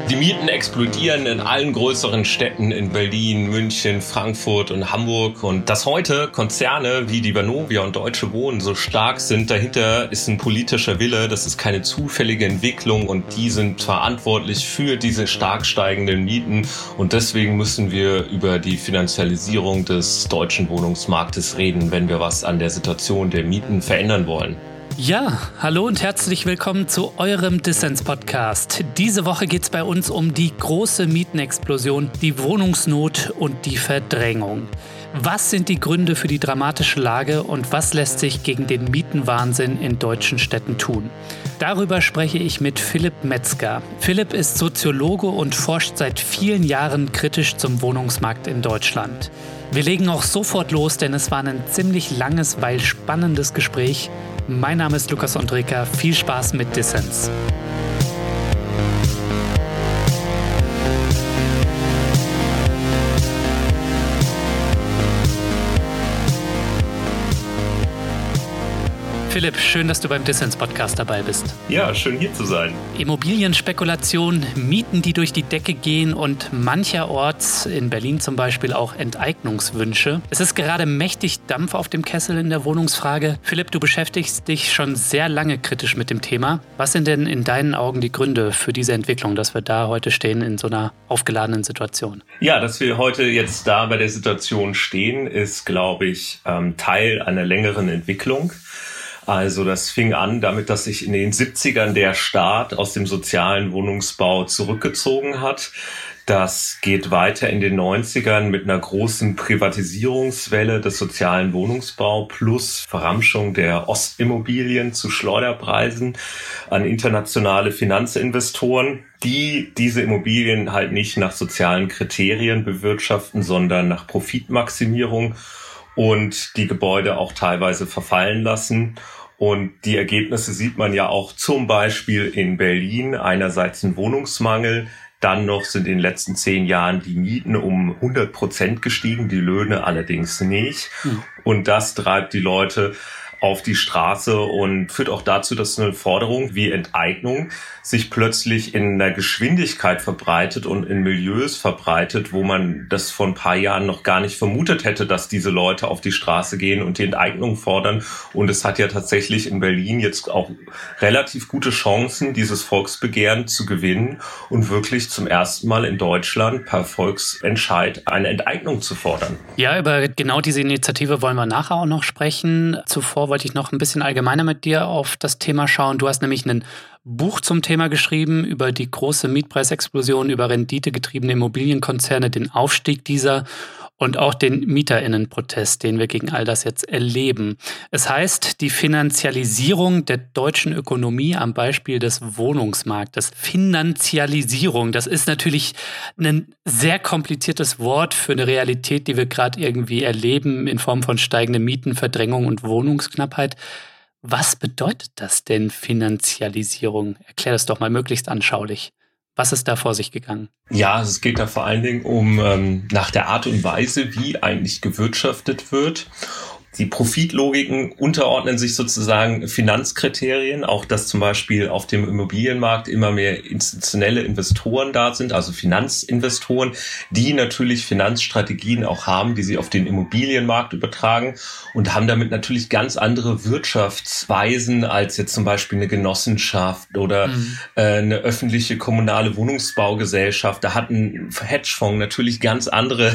Die Mieten explodieren in allen größeren Städten in Berlin, München, Frankfurt und Hamburg. Und dass heute Konzerne wie die Vonovia und Deutsche Wohnen so stark sind, dahinter ist ein politischer Wille. Das ist keine zufällige Entwicklung und die sind verantwortlich für diese stark steigenden Mieten. Und deswegen müssen wir über die Finanzialisierung des deutschen Wohnungsmarktes reden, wenn wir was an der Situation der Mieten verändern wollen. Ja, hallo und herzlich willkommen zu eurem Dissens-Podcast. Diese Woche geht es bei uns um die große Mietenexplosion, die Wohnungsnot und die Verdrängung. Was sind die Gründe für die dramatische Lage und was lässt sich gegen den Mietenwahnsinn in deutschen Städten tun? Darüber spreche ich mit Philipp Metzger. Philipp ist Soziologe und forscht seit vielen Jahren kritisch zum Wohnungsmarkt in Deutschland. Wir legen auch sofort los, denn es war ein ziemlich langes, weil spannendes Gespräch. Mein Name ist Lukas Ondreka. Viel Spaß mit Dissens. Philipp, schön, dass du beim Dissens-Podcast dabei bist. Ja, schön hier zu sein. Immobilienspekulation, Mieten, die durch die Decke gehen und mancherorts, in Berlin zum Beispiel, auch Enteignungswünsche. Es ist gerade mächtig Dampf auf dem Kessel in der Wohnungsfrage. Philipp, du beschäftigst dich schon sehr lange kritisch mit dem Thema. Was sind denn in deinen Augen die Gründe für diese Entwicklung, dass wir da heute stehen in so einer aufgeladenen Situation? Ja, dass wir heute jetzt da bei der Situation stehen, ist, glaube ich, Teil einer längeren Entwicklung. Also das fing an damit, dass sich in den 70ern der Staat aus dem sozialen Wohnungsbau zurückgezogen hat. Das geht weiter in den 90ern mit einer großen Privatisierungswelle des sozialen Wohnungsbaus plus Verramschung der Ostimmobilien zu Schleuderpreisen an internationale Finanzinvestoren, die diese Immobilien halt nicht nach sozialen Kriterien bewirtschaften, sondern nach Profitmaximierung und die Gebäude auch teilweise verfallen lassen. Und die Ergebnisse sieht man ja auch zum Beispiel in Berlin. Einerseits ein Wohnungsmangel, dann noch sind in den letzten 10 Jahren die Mieten um 100% gestiegen, die Löhne allerdings nicht. Und das treibt die Leute auf die Straße und führt auch dazu, dass eine Forderung wie Enteignung sich plötzlich in einer Geschwindigkeit verbreitet und in Milieus verbreitet, wo man das vor ein paar Jahren noch gar nicht vermutet hätte, dass diese Leute auf die Straße gehen und die Enteignung fordern. Und es hat ja tatsächlich in Berlin jetzt auch relativ gute Chancen, dieses Volksbegehren zu gewinnen und wirklich zum ersten Mal in Deutschland per Volksentscheid eine Enteignung zu fordern. Ja, über genau diese Initiative wollen wir nachher auch noch sprechen. Zuvor wollte ich noch ein bisschen allgemeiner mit dir auf das Thema schauen. Du hast nämlich ein Buch zum Thema geschrieben über die große Mietpreisexplosion, über renditegetriebene Immobilienkonzerne, den Aufstieg dieser und auch den MieterInnenprotest, den wir gegen all das jetzt erleben. Es heißt, die Finanzialisierung der deutschen Ökonomie am Beispiel des Wohnungsmarktes. Finanzialisierung, das ist natürlich ein sehr kompliziertes Wort für eine Realität, die wir gerade irgendwie erleben in Form von steigenden Mieten, Verdrängung und Wohnungsknappheit. Was bedeutet das denn, Finanzialisierung? Erklär das doch mal möglichst anschaulich. Was ist da vor sich gegangen? Ja, es geht da vor allen Dingen um nach der Art und Weise, wie eigentlich gewirtschaftet wird. Die Profitlogiken unterordnen sich sozusagen Finanzkriterien, auch dass zum Beispiel auf dem Immobilienmarkt immer mehr institutionelle Investoren da sind, also Finanzinvestoren, die natürlich Finanzstrategien auch haben, die sie auf den Immobilienmarkt übertragen und haben damit natürlich ganz andere Wirtschaftsweisen als jetzt zum Beispiel eine Genossenschaft oder eine öffentliche kommunale Wohnungsbaugesellschaft. Da hat ein Hedgefonds natürlich ganz andere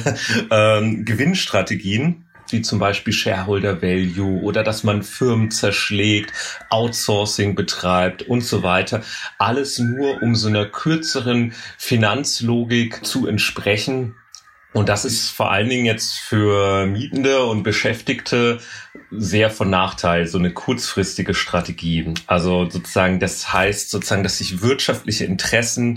Gewinnstrategien, wie zum Beispiel Shareholder Value oder dass man Firmen zerschlägt, Outsourcing betreibt und so weiter. Alles nur, um so einer kürzeren Finanzlogik zu entsprechen. Und das ist vor allen Dingen jetzt für Mietende und Beschäftigte sehr von Nachteil, so eine kurzfristige Strategie. Also sozusagen, das heißt sozusagen, dass sich wirtschaftliche Interessen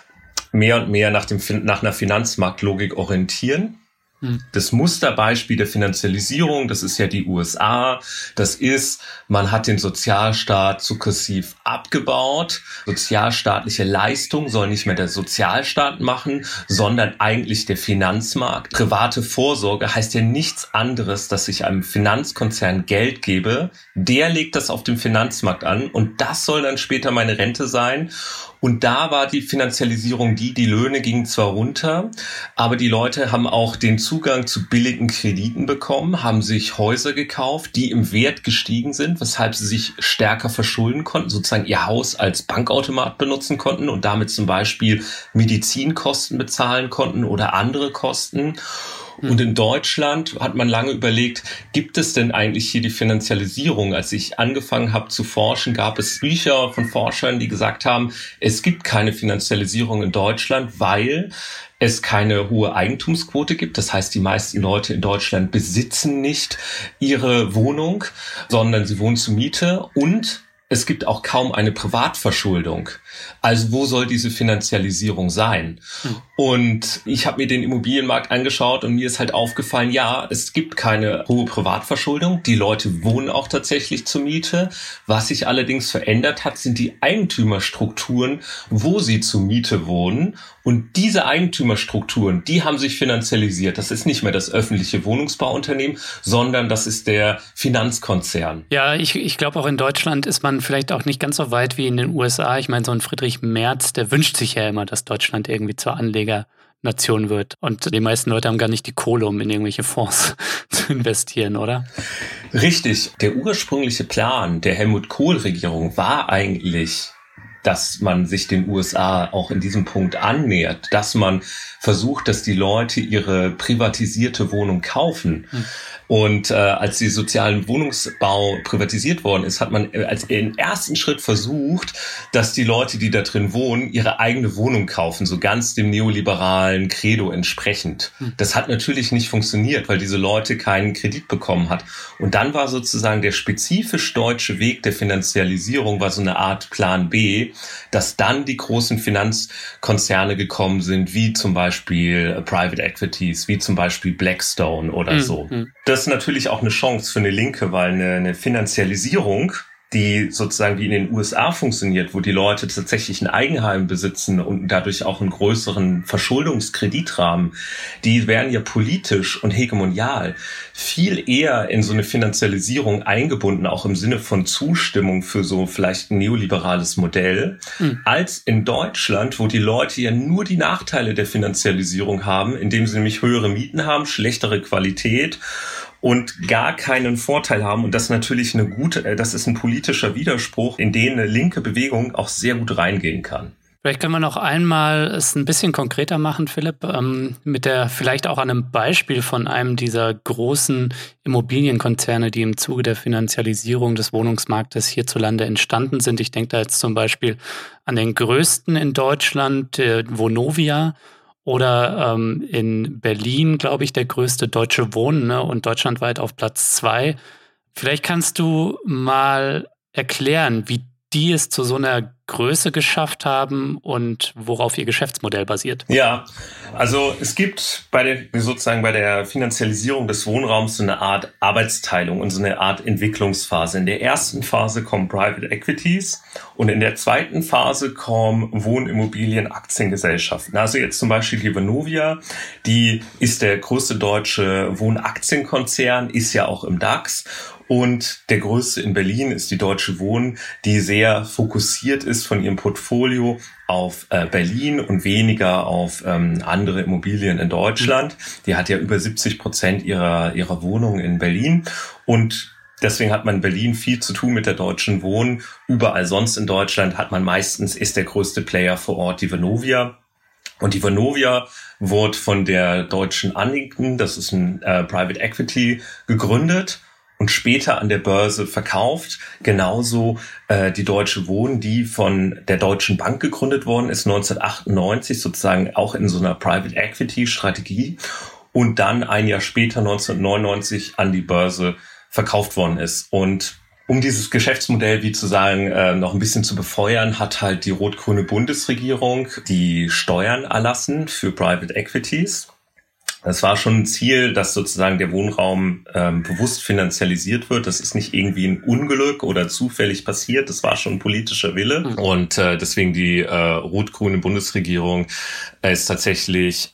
mehr und mehr nach einer Finanzmarktlogik orientieren. Das Musterbeispiel der Finanzialisierung, das ist ja die USA. Das ist, man hat den Sozialstaat sukzessiv abgebaut. Sozialstaatliche Leistung soll nicht mehr der Sozialstaat machen, sondern eigentlich der Finanzmarkt. Private Vorsorge heißt ja nichts anderes, dass ich einem Finanzkonzern Geld gebe. Der legt das auf dem Finanzmarkt an und das soll dann später meine Rente sein. Und da war die Finanzialisierung die Löhne gingen zwar runter, aber die Leute haben auch den Zugang zu billigen Krediten bekommen, haben sich Häuser gekauft, die im Wert gestiegen sind, weshalb sie sich stärker verschulden konnten, sozusagen ihr Haus als Bankautomat benutzen konnten und damit zum Beispiel Medizinkosten bezahlen konnten oder andere Kosten. Und in Deutschland hat man lange überlegt, gibt es denn eigentlich hier die Finanzialisierung? Als ich angefangen habe zu forschen, gab es Bücher von Forschern, die gesagt haben, es gibt keine Finanzialisierung in Deutschland, weil es keine hohe Eigentumsquote gibt. Das heißt, die meisten Leute in Deutschland besitzen nicht ihre Wohnung, sondern sie wohnen zur Miete und es gibt auch kaum eine Privatverschuldung. Also wo soll diese Finanzialisierung sein? Und ich habe mir den Immobilienmarkt angeschaut und mir ist halt aufgefallen, ja, es gibt keine hohe Privatverschuldung. Die Leute wohnen auch tatsächlich zur Miete. Was sich allerdings verändert hat, sind die Eigentümerstrukturen, wo sie zur Miete wohnen. Und diese Eigentümerstrukturen, die haben sich finanzialisiert. Das ist nicht mehr das öffentliche Wohnungsbauunternehmen, sondern das ist der Finanzkonzern. Ja, ich glaube auch in Deutschland ist man vielleicht auch nicht ganz so weit wie in den USA. Ich meine, so ein Friedrich Merz, der wünscht sich ja immer, dass Deutschland irgendwie zur Anlegernation wird. Und die meisten Leute haben gar nicht die Kohle, um in irgendwelche Fonds zu investieren, oder? Richtig. Der ursprüngliche Plan der Helmut Kohl-Regierung war eigentlich, dass man sich den USA auch in diesem Punkt annähert, dass man versucht, dass die Leute ihre privatisierte Wohnung kaufen. Und als die sozialen Wohnungsbau privatisiert worden ist, hat man als den ersten Schritt versucht, dass die Leute, die da drin wohnen, ihre eigene Wohnung kaufen, so ganz dem neoliberalen Credo entsprechend. Das hat natürlich nicht funktioniert, weil diese Leute keinen Kredit bekommen hat. Und dann war sozusagen der spezifisch deutsche Weg der Finanzialisierung, war so eine Art Plan B, dass dann die großen Finanzkonzerne gekommen sind, wie zum Beispiel Private Equities, wie zum Beispiel Blackstone oder so. Das ist natürlich auch eine Chance für eine Linke, weil eine Finanzialisierung, die sozusagen wie in den USA funktioniert, wo die Leute tatsächlich ein Eigenheim besitzen und dadurch auch einen größeren Verschuldungskreditrahmen, die werden ja politisch und hegemonial viel eher in so eine Finanzialisierung eingebunden, auch im Sinne von Zustimmung für so vielleicht ein neoliberales Modell, als in Deutschland, wo die Leute ja nur die Nachteile der Finanzialisierung haben, indem sie nämlich höhere Mieten haben, schlechtere Qualität und gar keinen Vorteil haben. Und das ist natürlich das ist ein politischer Widerspruch, in den eine linke Bewegung auch sehr gut reingehen kann. Vielleicht können wir noch einmal es ein bisschen konkreter machen, Philipp, vielleicht auch an einem Beispiel von einem dieser großen Immobilienkonzerne, die im Zuge der Finanzialisierung des Wohnungsmarktes hierzulande entstanden sind. Ich denke da jetzt zum Beispiel an den größten in Deutschland, Vonovia. Oder in Berlin, glaube ich, der größte Deutsche Wohnen, ne, und deutschlandweit auf Platz 2. Vielleicht kannst du mal erklären, wie die es zu so einer Größe geschafft haben und worauf ihr Geschäftsmodell basiert. Ja, also es gibt bei der Finanzialisierung des Wohnraums so eine Art Arbeitsteilung und so eine Art Entwicklungsphase. In der ersten Phase kommen Private Equities und in der zweiten Phase kommen Wohnimmobilien-Aktiengesellschaften. Also jetzt zum Beispiel die Vonovia, die ist der größte deutsche Wohnaktienkonzern, ist ja auch im DAX. Und der größte in Berlin ist die Deutsche Wohnen, die sehr fokussiert ist von ihrem Portfolio auf Berlin und weniger auf andere Immobilien in Deutschland. Die hat ja über 70% ihrer Wohnungen in Berlin. Und deswegen hat man in Berlin viel zu tun mit der Deutschen Wohnen. Überall sonst in Deutschland ist der größte Player vor Ort die Vonovia. Und die Vonovia wurde von der Deutschen Annington, das ist ein Private Equity, gegründet und später an der Börse verkauft. Genauso die Deutsche Wohnen, die von der Deutschen Bank gegründet worden ist, 1998, sozusagen auch in so einer Private Equity Strategie. Und dann ein Jahr später, 1999, an die Börse verkauft worden ist. Und um dieses Geschäftsmodell, wie zu sagen, noch ein bisschen zu befeuern, hat halt die rot-grüne Bundesregierung die Steuern erlassen für Private Equities. Es war schon ein Ziel, dass sozusagen der Wohnraum bewusst finanzialisiert wird. Das ist nicht irgendwie ein Unglück oder zufällig passiert. Das war schon ein politischer Wille. Und deswegen die rot-grüne Bundesregierung ist tatsächlich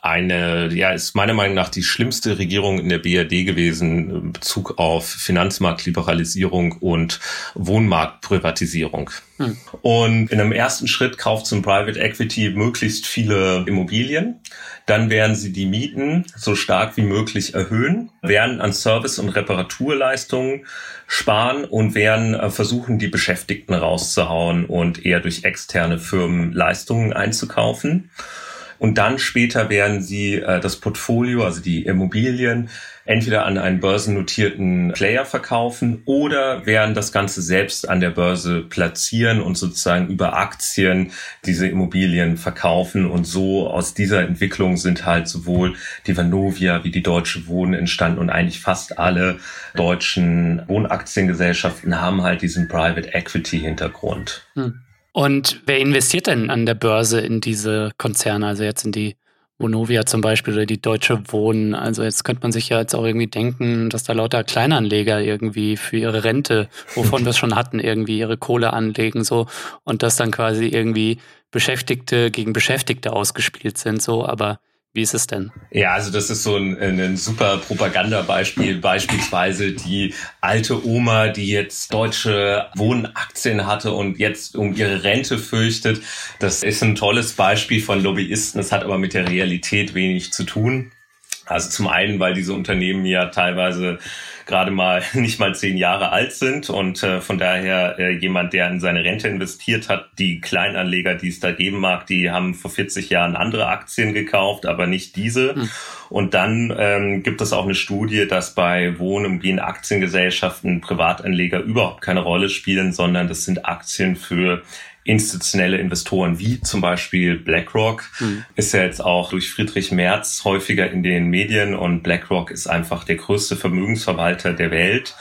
ist meiner Meinung nach die schlimmste Regierung in der BRD gewesen in Bezug auf Finanzmarktliberalisierung und Wohnmarktprivatisierung. Und in einem ersten Schritt kauft zum Private Equity möglichst viele Immobilien. Dann werden sie die Mieten so stark wie möglich erhöhen, werden an Service- und Reparaturleistungen sparen und werden versuchen, die Beschäftigten rauszuhauen und eher durch externe Firmen Leistungen einzukaufen. Und dann später werden sie das Portfolio, also die Immobilien, entweder an einen börsennotierten Player verkaufen oder werden das Ganze selbst an der Börse platzieren und sozusagen über Aktien diese Immobilien verkaufen. Und so aus dieser Entwicklung sind halt sowohl die Vonovia wie die Deutsche Wohnen entstanden und eigentlich fast alle deutschen Wohnaktiengesellschaften haben halt diesen Private Equity Hintergrund. Und wer investiert denn an der Börse in diese Konzerne, also jetzt in die Vonovia zum Beispiel oder die Deutsche Wohnen? Also jetzt könnte man sich ja jetzt auch irgendwie denken, dass da lauter Kleinanleger irgendwie für ihre Rente, wovon wir es schon hatten, irgendwie ihre Kohle anlegen so und dass dann quasi irgendwie Beschäftigte gegen Beschäftigte ausgespielt sind so, aber wie ist es denn? Ja, also das ist so ein super Propagandabeispiel. Beispielsweise die alte Oma, die jetzt deutsche Wohnaktien hatte und jetzt um ihre Rente fürchtet. Das ist ein tolles Beispiel von Lobbyisten. Das hat aber mit der Realität wenig zu tun. Also zum einen, weil diese Unternehmen ja teilweise gerade mal nicht mal 10 Jahre alt sind und von daher jemand, der in seine Rente investiert hat, die Kleinanleger, die es da geben mag, die haben vor 40 Jahren andere Aktien gekauft, aber nicht diese. Und dann gibt es auch eine Studie, dass bei Wohnimmobilien-Aktiengesellschaften Privatanleger überhaupt keine Rolle spielen, sondern das sind Aktien für institutionelle Investoren wie zum Beispiel BlackRock ist ja jetzt auch durch Friedrich Merz häufiger in den Medien und BlackRock ist einfach der größte Vermögensverwalter der Welt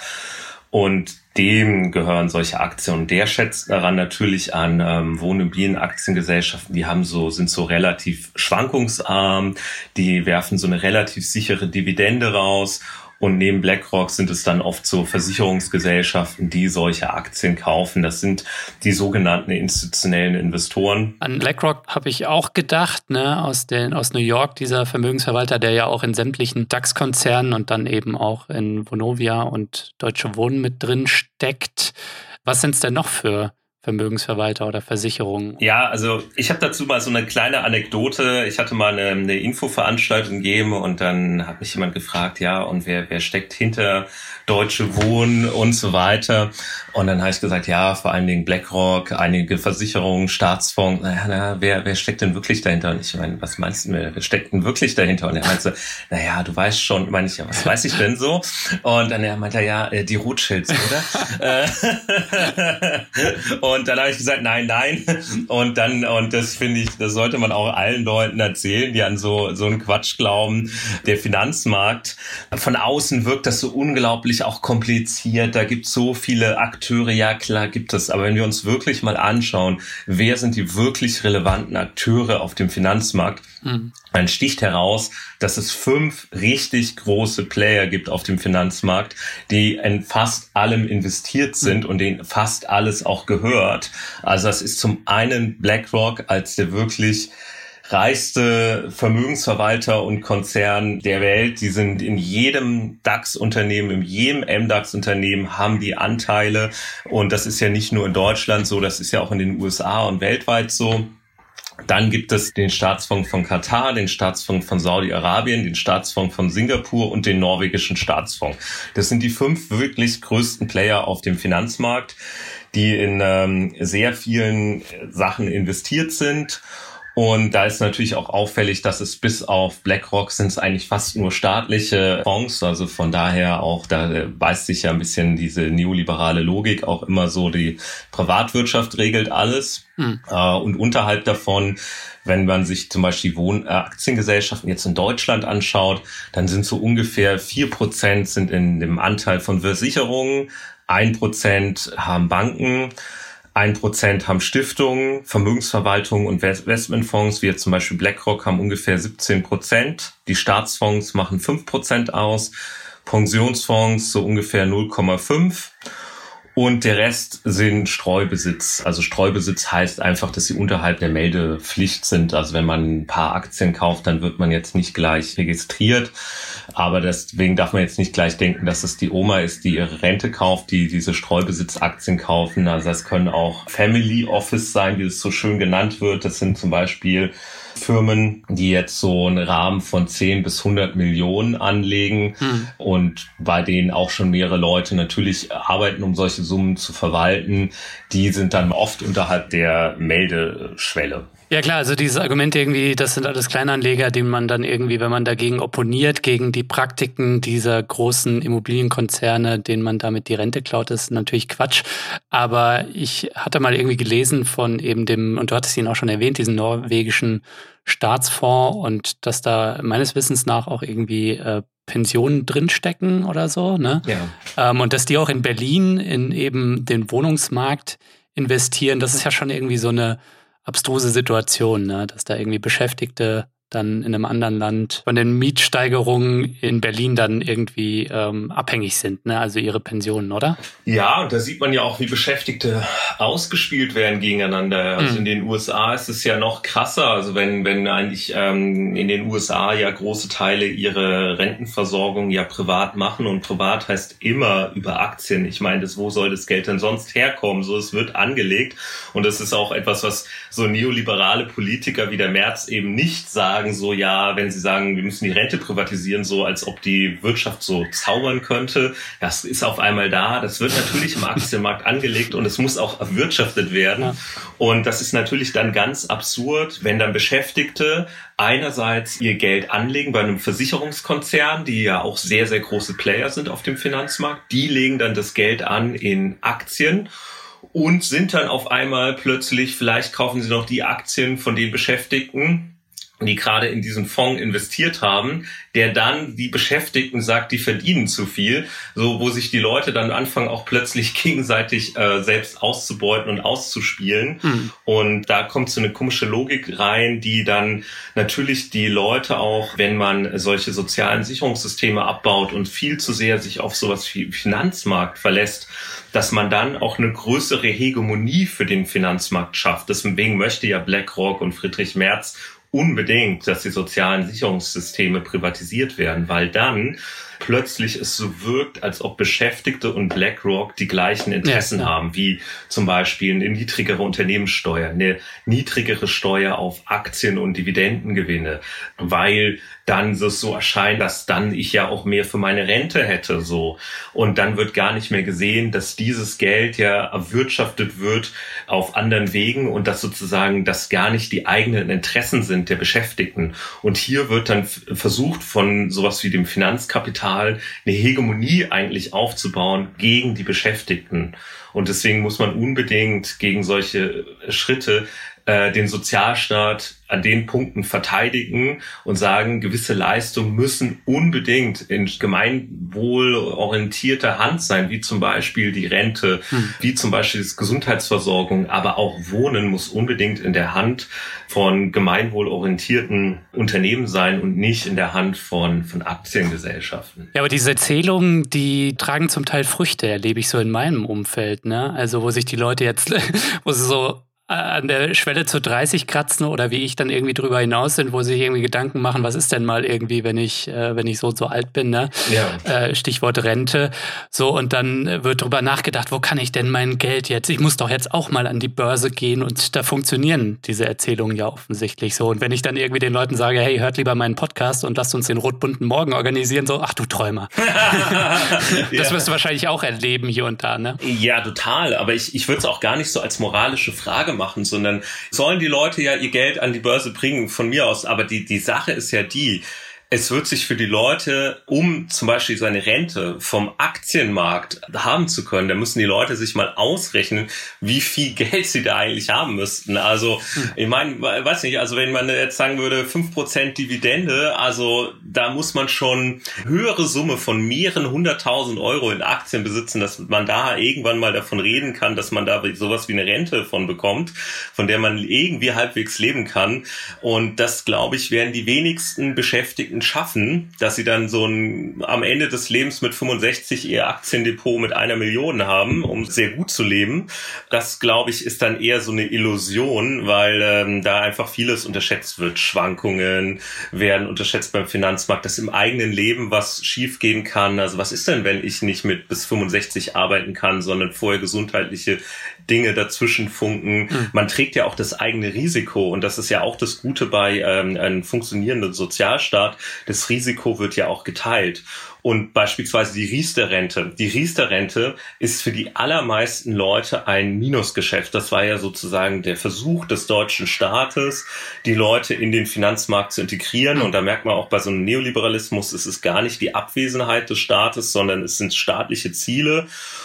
und dem gehören solche Aktien und der schätzt daran natürlich an Wohnimmobilien-Aktiengesellschaften, die sind so relativ schwankungsarm, die werfen so eine relativ sichere Dividende raus. Und neben BlackRock sind es dann oft so Versicherungsgesellschaften, die solche Aktien kaufen. Das sind die sogenannten institutionellen Investoren. An BlackRock habe ich auch gedacht, ne, aus New York, dieser Vermögensverwalter, der ja auch in sämtlichen DAX-Konzernen und dann eben auch in Vonovia und Deutsche Wohnen mit drin steckt. Was sind es denn noch für Vermögensverwalter oder Versicherungen? Ja, also ich habe dazu mal so eine kleine Anekdote. Ich hatte mal eine Infoveranstaltung gegeben und dann hat mich jemand gefragt, ja, und wer steckt hinter Deutsche Wohnen und so weiter. Und dann habe ich gesagt, ja, vor allen Dingen BlackRock, einige Versicherungen, Staatsfonds. Wer steckt denn wirklich dahinter? Und ich meine, was meinst du mir? Wer steckt denn wirklich dahinter? Und er meinte, du weißt schon. Meine ich, ja, was weiß ich denn so? Und dann meinte er, ja, die Rothschilds, oder? Und dann habe ich gesagt, nein. Und das finde ich, das sollte man auch allen Leuten erzählen, die an so einen Quatsch glauben. Der Finanzmarkt, von außen wirkt das so unglaublich auch kompliziert. Da gibt es so viele Akteure. Ja, klar gibt es. Aber wenn wir uns wirklich mal anschauen, wer sind die wirklich relevanten Akteure auf dem Finanzmarkt, dann sticht heraus, dass es 5 richtig große Player gibt auf dem Finanzmarkt, die in fast allem investiert sind und denen fast alles auch gehört. Also das ist zum einen BlackRock als der wirklich reichste Vermögensverwalter und Konzern der Welt. Die sind in jedem DAX-Unternehmen, in jedem MDAX-Unternehmen haben die Anteile. Und das ist ja nicht nur in Deutschland so, das ist ja auch in den USA und weltweit so. Dann gibt es den Staatsfonds von Katar, den Staatsfonds von Saudi-Arabien, den Staatsfonds von Singapur und den norwegischen Staatsfonds. Das sind die 5 wirklich größten Player auf dem Finanzmarkt, die in sehr vielen Sachen investiert sind. Und da ist natürlich auch auffällig, dass es bis auf BlackRock sind es eigentlich fast nur staatliche Fonds. Also von daher auch, da beißt sich ja ein bisschen diese neoliberale Logik auch immer so, die Privatwirtschaft regelt alles. Und unterhalb davon, wenn man sich zum Beispiel Wohnaktiengesellschaften jetzt in Deutschland anschaut, dann sind so ungefähr 4% sind in dem Anteil von Versicherungen, 1% haben Banken, 1% haben Stiftungen, Vermögensverwaltungen und Investmentfonds, wie jetzt zum Beispiel BlackRock, haben ungefähr 17%. Die Staatsfonds machen 5% aus, Pensionsfonds so ungefähr 0,5%. Und der Rest sind Streubesitz. Also Streubesitz heißt einfach, dass sie unterhalb der Meldepflicht sind. Also wenn man ein paar Aktien kauft, dann wird man jetzt nicht gleich registriert. Aber deswegen darf man jetzt nicht gleich denken, dass es die Oma ist, die ihre Rente kauft, die diese Streubesitzaktien kaufen. Also das können auch Family Office sein, wie es so schön genannt wird. Das sind zum Beispiel Firmen, die jetzt so einen Rahmen von 10 bis 100 Millionen anlegen und bei denen auch schon mehrere Leute natürlich arbeiten, um solche Summen zu verwalten. Die sind dann oft unterhalb der Meldeschwelle. Ja klar, also dieses Argument irgendwie, das sind alles Kleinanleger, denen man dann irgendwie, wenn man dagegen opponiert, gegen die Praktiken dieser großen Immobilienkonzerne, denen man damit die Rente klaut, ist natürlich Quatsch. Aber ich hatte mal irgendwie gelesen von eben dem, und du hattest ihn auch schon erwähnt, diesen norwegischen Staatsfonds und dass da meines Wissens nach auch irgendwie Pensionen drinstecken oder so, ne? Ja. Und dass die auch in Berlin in eben den Wohnungsmarkt investieren, das ist ja schon irgendwie so eine abstruse Situation, ne? Dass da irgendwie Beschäftigte dann in einem anderen Land von den Mietsteigerungen in Berlin dann irgendwie abhängig sind, ne? Also ihre Pensionen, oder? Ja, und da sieht man ja auch, wie Beschäftigte ausgespielt werden gegeneinander. Also in den USA ist es ja noch krasser. Also wenn eigentlich in den USA ja große Teile ihre Rentenversorgung ja privat machen, und privat heißt immer über Aktien. Ich meine, wo soll das Geld denn sonst herkommen? So, es wird angelegt, und das ist auch etwas, was so neoliberale Politiker wie der Merz eben nicht sagen. So, ja, wenn sie sagen, wir müssen die Rente privatisieren, so als ob die Wirtschaft so zaubern könnte. Das ist auf einmal da. Das wird natürlich im Aktienmarkt angelegt und es muss auch erwirtschaftet werden. Ja. Und das ist natürlich dann ganz absurd, wenn dann Beschäftigte einerseits ihr Geld anlegen bei einem Versicherungskonzern, die ja auch sehr, sehr große Player sind auf dem Finanzmarkt. Die legen dann das Geld an in Aktien und sind dann auf einmal plötzlich, vielleicht kaufen sie noch die Aktien von den Beschäftigten, die gerade in diesen Fonds investiert haben, der dann die Beschäftigten sagt, die verdienen zu viel, so wo sich die Leute dann anfangen, auch plötzlich gegenseitig selbst auszubeuten und auszuspielen. Und da kommt so eine komische Logik rein, die dann natürlich die Leute auch, wenn man solche sozialen Sicherungssysteme abbaut und viel zu sehr sich auf sowas wie Finanzmarkt verlässt, dass man dann auch eine größere Hegemonie für den Finanzmarkt schafft. Deswegen möchte ja BlackRock und Friedrich Merz unbedingt, dass die sozialen Sicherungssysteme privatisiert werden, weil dann plötzlich es so wirkt, als ob Beschäftigte und BlackRock die gleichen Interessen haben, wie zum Beispiel eine niedrigere Unternehmenssteuer, eine niedrigere Steuer auf Aktien- und Dividendengewinne, weil dann so erscheint, dass dann ich ja auch mehr für meine Rente hätte, so. Und dann wird gar nicht mehr gesehen, dass dieses Geld ja erwirtschaftet wird auf anderen Wegen und dass sozusagen das gar nicht die eigenen Interessen sind der Beschäftigten. Und hier wird dann versucht, von sowas wie dem Finanzkapital eine Hegemonie eigentlich aufzubauen gegen die Beschäftigten. Und deswegen muss man unbedingt gegen solche Schritte den Sozialstaat an den Punkten verteidigen und sagen, gewisse Leistungen müssen unbedingt in gemeinwohlorientierter Hand sein, wie zum Beispiel die Rente, wie zum Beispiel die Gesundheitsversorgung, aber auch Wohnen muss unbedingt in der Hand von gemeinwohlorientierten Unternehmen sein und nicht in der Hand von Aktiengesellschaften. Ja, aber diese Erzählungen, die tragen zum Teil Früchte, erlebe ich so in meinem Umfeld, ne? Also wo sich die Leute jetzt, wo sie so an der Schwelle zu 30 kratzen oder wie ich dann irgendwie drüber hinaus sind, wo sie sich irgendwie Gedanken machen, was ist denn mal irgendwie, wenn ich so und so alt bin, ne? Ja. Stichwort Rente. So, und dann wird drüber nachgedacht, wo kann ich denn mein Geld jetzt? Ich muss doch jetzt auch mal an die Börse gehen, und da funktionieren diese Erzählungen ja offensichtlich so. Und wenn ich dann irgendwie den Leuten sage, hey, hört lieber meinen Podcast und lasst uns den rot-bunten Morgen organisieren, so, ach du Träumer. Das wirst du wahrscheinlich auch erleben hier und da, ne? Ja, total. Aber ich würde es auch gar nicht so als moralische Frage machen, sondern sollen die Leute ja ihr Geld an die Börse bringen, von mir aus. Aber die Sache ist ja die, Es wird sich für die Leute, um zum Beispiel seine Rente vom Aktienmarkt haben zu können, da müssen die Leute sich mal ausrechnen, wie viel Geld sie da eigentlich haben müssten. Also ich meine, weiß nicht, also wenn man jetzt sagen würde, 5% Dividende, also da muss man schon höhere Summe von mehreren 100.000 Euro in Aktien besitzen, dass man da irgendwann mal davon reden kann, dass man da sowas wie eine Rente von bekommt, von der man irgendwie halbwegs leben kann. Und das, glaube ich, werden die wenigsten Beschäftigten schaffen, dass sie dann am Ende des Lebens mit 65 ihr Aktiendepot mit 1 Million haben, um sehr gut zu leben. Das, glaube ich, ist dann eher so eine Illusion, weil da einfach vieles unterschätzt wird. Schwankungen werden unterschätzt beim Finanzmarkt, dass im eigenen Leben was schiefgehen kann. Also was ist denn, wenn ich nicht mit bis 65 arbeiten kann, sondern vorher gesundheitliche Dinge dazwischen funken? Man trägt ja auch das eigene Risiko, und das ist ja auch das Gute bei einem funktionierenden Sozialstaat. Das Risiko wird ja auch geteilt. Und beispielsweise die Riester-Rente. Die Riester-Rente ist für die allermeisten Leute ein Minusgeschäft. Das war ja sozusagen der Versuch des deutschen Staates, die Leute in den Finanzmarkt zu integrieren. Und da merkt man auch bei so einem Neoliberalismus, es ist gar nicht die Abwesenheit des Staates, sondern es sind staatliche Ziele.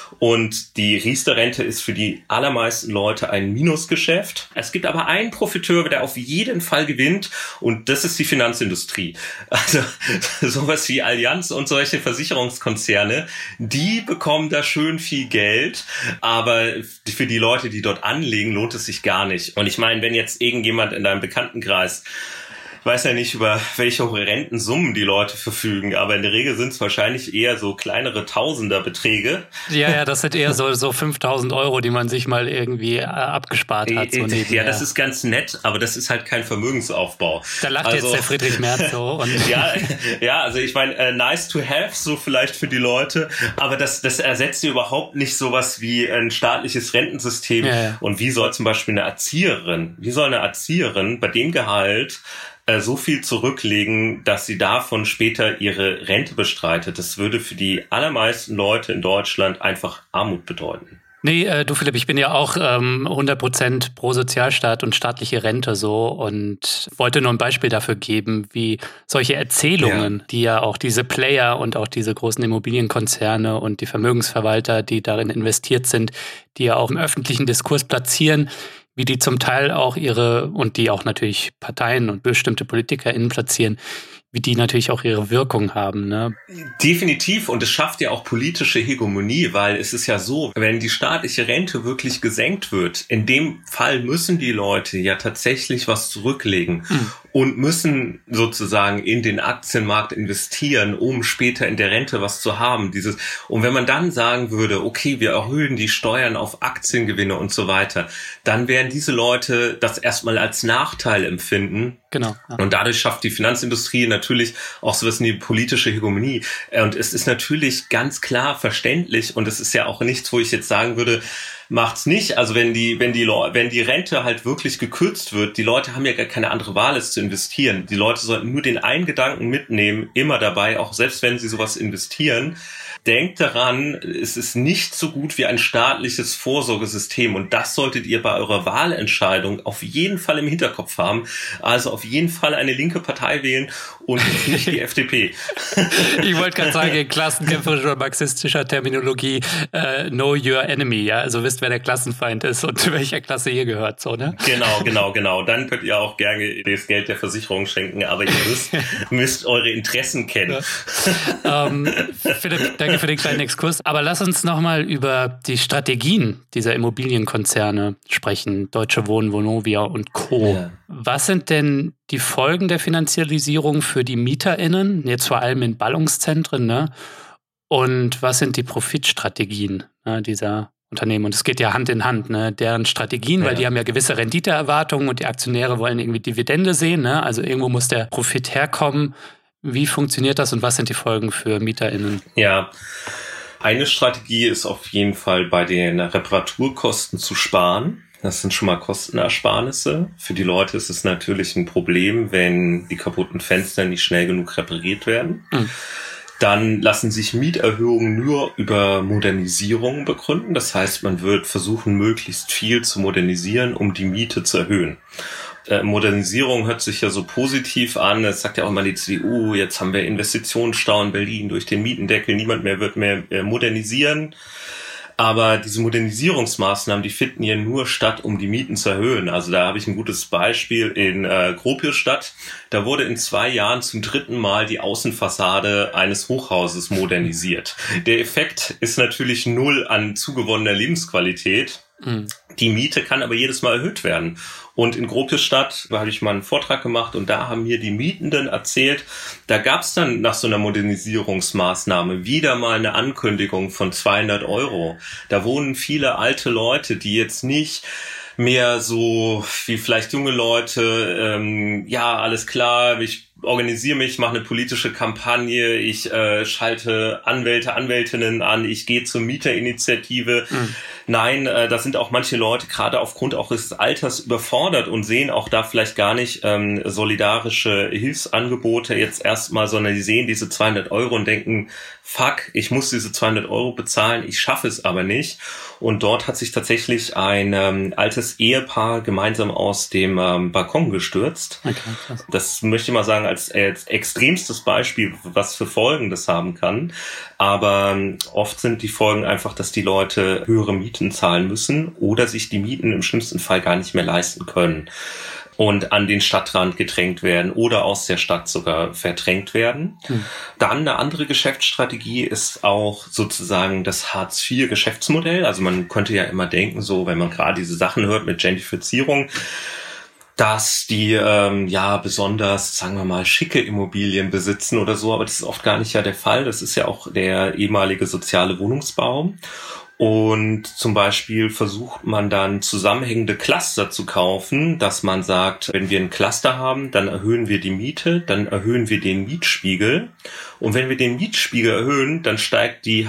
Und die Riester-Rente ist für die allermeisten Leute ein Minusgeschäft. Es gibt aber einen Profiteur, der auf jeden Fall gewinnt, und das ist die Finanzindustrie. Also sowas wie Allianz und solche Versicherungskonzerne, die bekommen da schön viel Geld, aber für die Leute, die dort anlegen, lohnt es sich gar nicht. Und ich meine, wenn jetzt irgendjemand in deinem Bekanntenkreis, weiß ja nicht, über welche Rentensummen die Leute verfügen, aber in der Regel sind es wahrscheinlich eher so kleinere Tausenderbeträge. Ja, das sind eher so 5.000 Euro, die man sich mal irgendwie abgespart hat. So ja, das ist ganz nett, aber das ist halt kein Vermögensaufbau. Da lacht jetzt der Friedrich Merz so. Und ja, also ich meine, nice to have, so vielleicht für die Leute, aber das ersetzt ja überhaupt nicht sowas wie ein staatliches Rentensystem. Ja. Und wie soll zum Beispiel eine Erzieherin bei dem Gehalt so viel zurücklegen, dass sie davon später ihre Rente bestreitet? Das würde für die allermeisten Leute in Deutschland einfach Armut bedeuten. Nee, du Philipp, ich bin ja auch 100% pro Sozialstaat und staatliche Rente so, und wollte nur ein Beispiel dafür geben, wie solche Erzählungen, die ja auch diese Player und auch diese großen Immobilienkonzerne und die Vermögensverwalter, die darin investiert sind, die ja auch im öffentlichen Diskurs platzieren, wie die zum Teil auch und die auch natürlich Parteien und bestimmte PolitikerInnen platzieren, wie die natürlich auch ihre Wirkung haben, ne? Definitiv. Und es schafft ja auch politische Hegemonie, weil es ist ja so, wenn die staatliche Rente wirklich gesenkt wird, in dem Fall müssen die Leute ja tatsächlich was zurücklegen und müssen sozusagen in den Aktienmarkt investieren, um später in der Rente was zu haben. Und wenn man dann sagen würde, okay, wir erhöhen die Steuern auf Aktiengewinne und so weiter, dann werden diese Leute das erstmal als Nachteil empfinden. Genau. Ja. Und dadurch schafft die Finanzindustrie natürlich auch sowas wie die politische Hegemonie. Und es ist natürlich ganz klar verständlich, und es ist ja auch nichts, wo ich jetzt sagen würde, macht's nicht. Also wenn die Rente halt wirklich gekürzt wird, die Leute haben ja gar keine andere Wahl, es zu investieren. Die Leute sollten nur den einen Gedanken mitnehmen, immer dabei, auch selbst wenn sie sowas investieren. Denkt daran, es ist nicht so gut wie ein staatliches Vorsorgesystem, und das solltet ihr bei eurer Wahlentscheidung auf jeden Fall im Hinterkopf haben. Also auf jeden Fall eine linke Partei wählen und nicht die FDP. Ich wollte gerade sagen, in klassenkämpferischer marxistischer Terminologie, know your enemy, ja, also wisst, wer der Klassenfeind ist und welcher Klasse ihr gehört, so, ne? Genau. Dann könnt ihr auch gerne das Geld der Versicherung schenken, aber ihr müsst eure Interessen kennen. Ja. Philipp, danke für den kleinen Exkurs. Aber lass uns nochmal über die Strategien dieser Immobilienkonzerne sprechen. Deutsche Wohnen, Vonovia und Co. Ja. Was sind denn die Folgen der Finanzialisierung für die MieterInnen, jetzt vor allem in Ballungszentren, ne? Und was sind die Profitstrategien dieser Unternehmen? Und es geht ja Hand in Hand, ne? Deren Strategien, weil die haben ja gewisse Renditeerwartungen und die Aktionäre wollen irgendwie Dividende sehen, ne? Also irgendwo muss der Profit herkommen. Wie funktioniert das und was sind die Folgen für MieterInnen? Ja, eine Strategie ist auf jeden Fall, bei den Reparaturkosten zu sparen. Das sind schon mal Kostenersparnisse. Für die Leute ist es natürlich ein Problem, wenn die kaputten Fenster nicht schnell genug repariert werden. Dann lassen sich Mieterhöhungen nur über Modernisierung begründen. Das heißt, man wird versuchen, möglichst viel zu modernisieren, um die Miete zu erhöhen. Modernisierung hört sich ja so positiv an. Das sagt ja auch immer die CDU, jetzt haben wir Investitionsstau in Berlin durch den Mietendeckel, niemand mehr wird mehr modernisieren. Aber diese Modernisierungsmaßnahmen, die finden ja nur statt, um die Mieten zu erhöhen. Also da habe ich ein gutes Beispiel in Gropiusstadt. Da wurde in 2 Jahren zum 3. Mal die Außenfassade eines Hochhauses modernisiert. Der Effekt ist natürlich 0 an zugewonnener Lebensqualität. Die Miete kann aber jedes Mal erhöht werden. Und in Gropiusstadt habe ich mal einen Vortrag gemacht und da haben mir die Mietenden erzählt, da gab es dann nach so einer Modernisierungsmaßnahme wieder mal eine Ankündigung von 200 €. Da wohnen viele alte Leute, die jetzt nicht mehr so wie vielleicht junge Leute, ja, alles klar, ich organisiere mich, mache eine politische Kampagne, ich schalte Anwälte, Anwältinnen an, ich gehe zur Mieterinitiative. Nein, da sind auch manche Leute gerade aufgrund auch des Alters überfordert und sehen auch da vielleicht gar nicht solidarische Hilfsangebote jetzt erstmal, sondern die sehen diese 200 € und denken, fuck, ich muss diese 200 € bezahlen, ich schaffe es aber nicht. Und dort hat sich tatsächlich ein altes Ehepaar gemeinsam aus dem Balkon gestürzt. Okay, krass. Das möchte ich mal sagen als extremstes Beispiel, was für Folgen das haben kann. Aber oft sind die Folgen einfach, dass die Leute höhere Mieten zahlen müssen oder sich die Mieten im schlimmsten Fall gar nicht mehr leisten können und an den Stadtrand gedrängt werden oder aus der Stadt sogar verdrängt werden. Dann eine andere Geschäftsstrategie ist auch sozusagen das Hartz-IV-Geschäftsmodell. Also man könnte ja immer denken, so wenn man gerade diese Sachen hört mit Gentrifizierung, dass die ja besonders, sagen wir mal, schicke Immobilien besitzen oder so, aber das ist oft gar nicht ja der Fall. Das ist ja auch der ehemalige soziale Wohnungsbau. Und zum Beispiel versucht man dann zusammenhängende Cluster zu kaufen, dass man sagt, wenn wir ein Cluster haben, dann erhöhen wir die Miete, dann erhöhen wir den Mietspiegel. Und wenn wir den Mietspiegel erhöhen, dann steigt die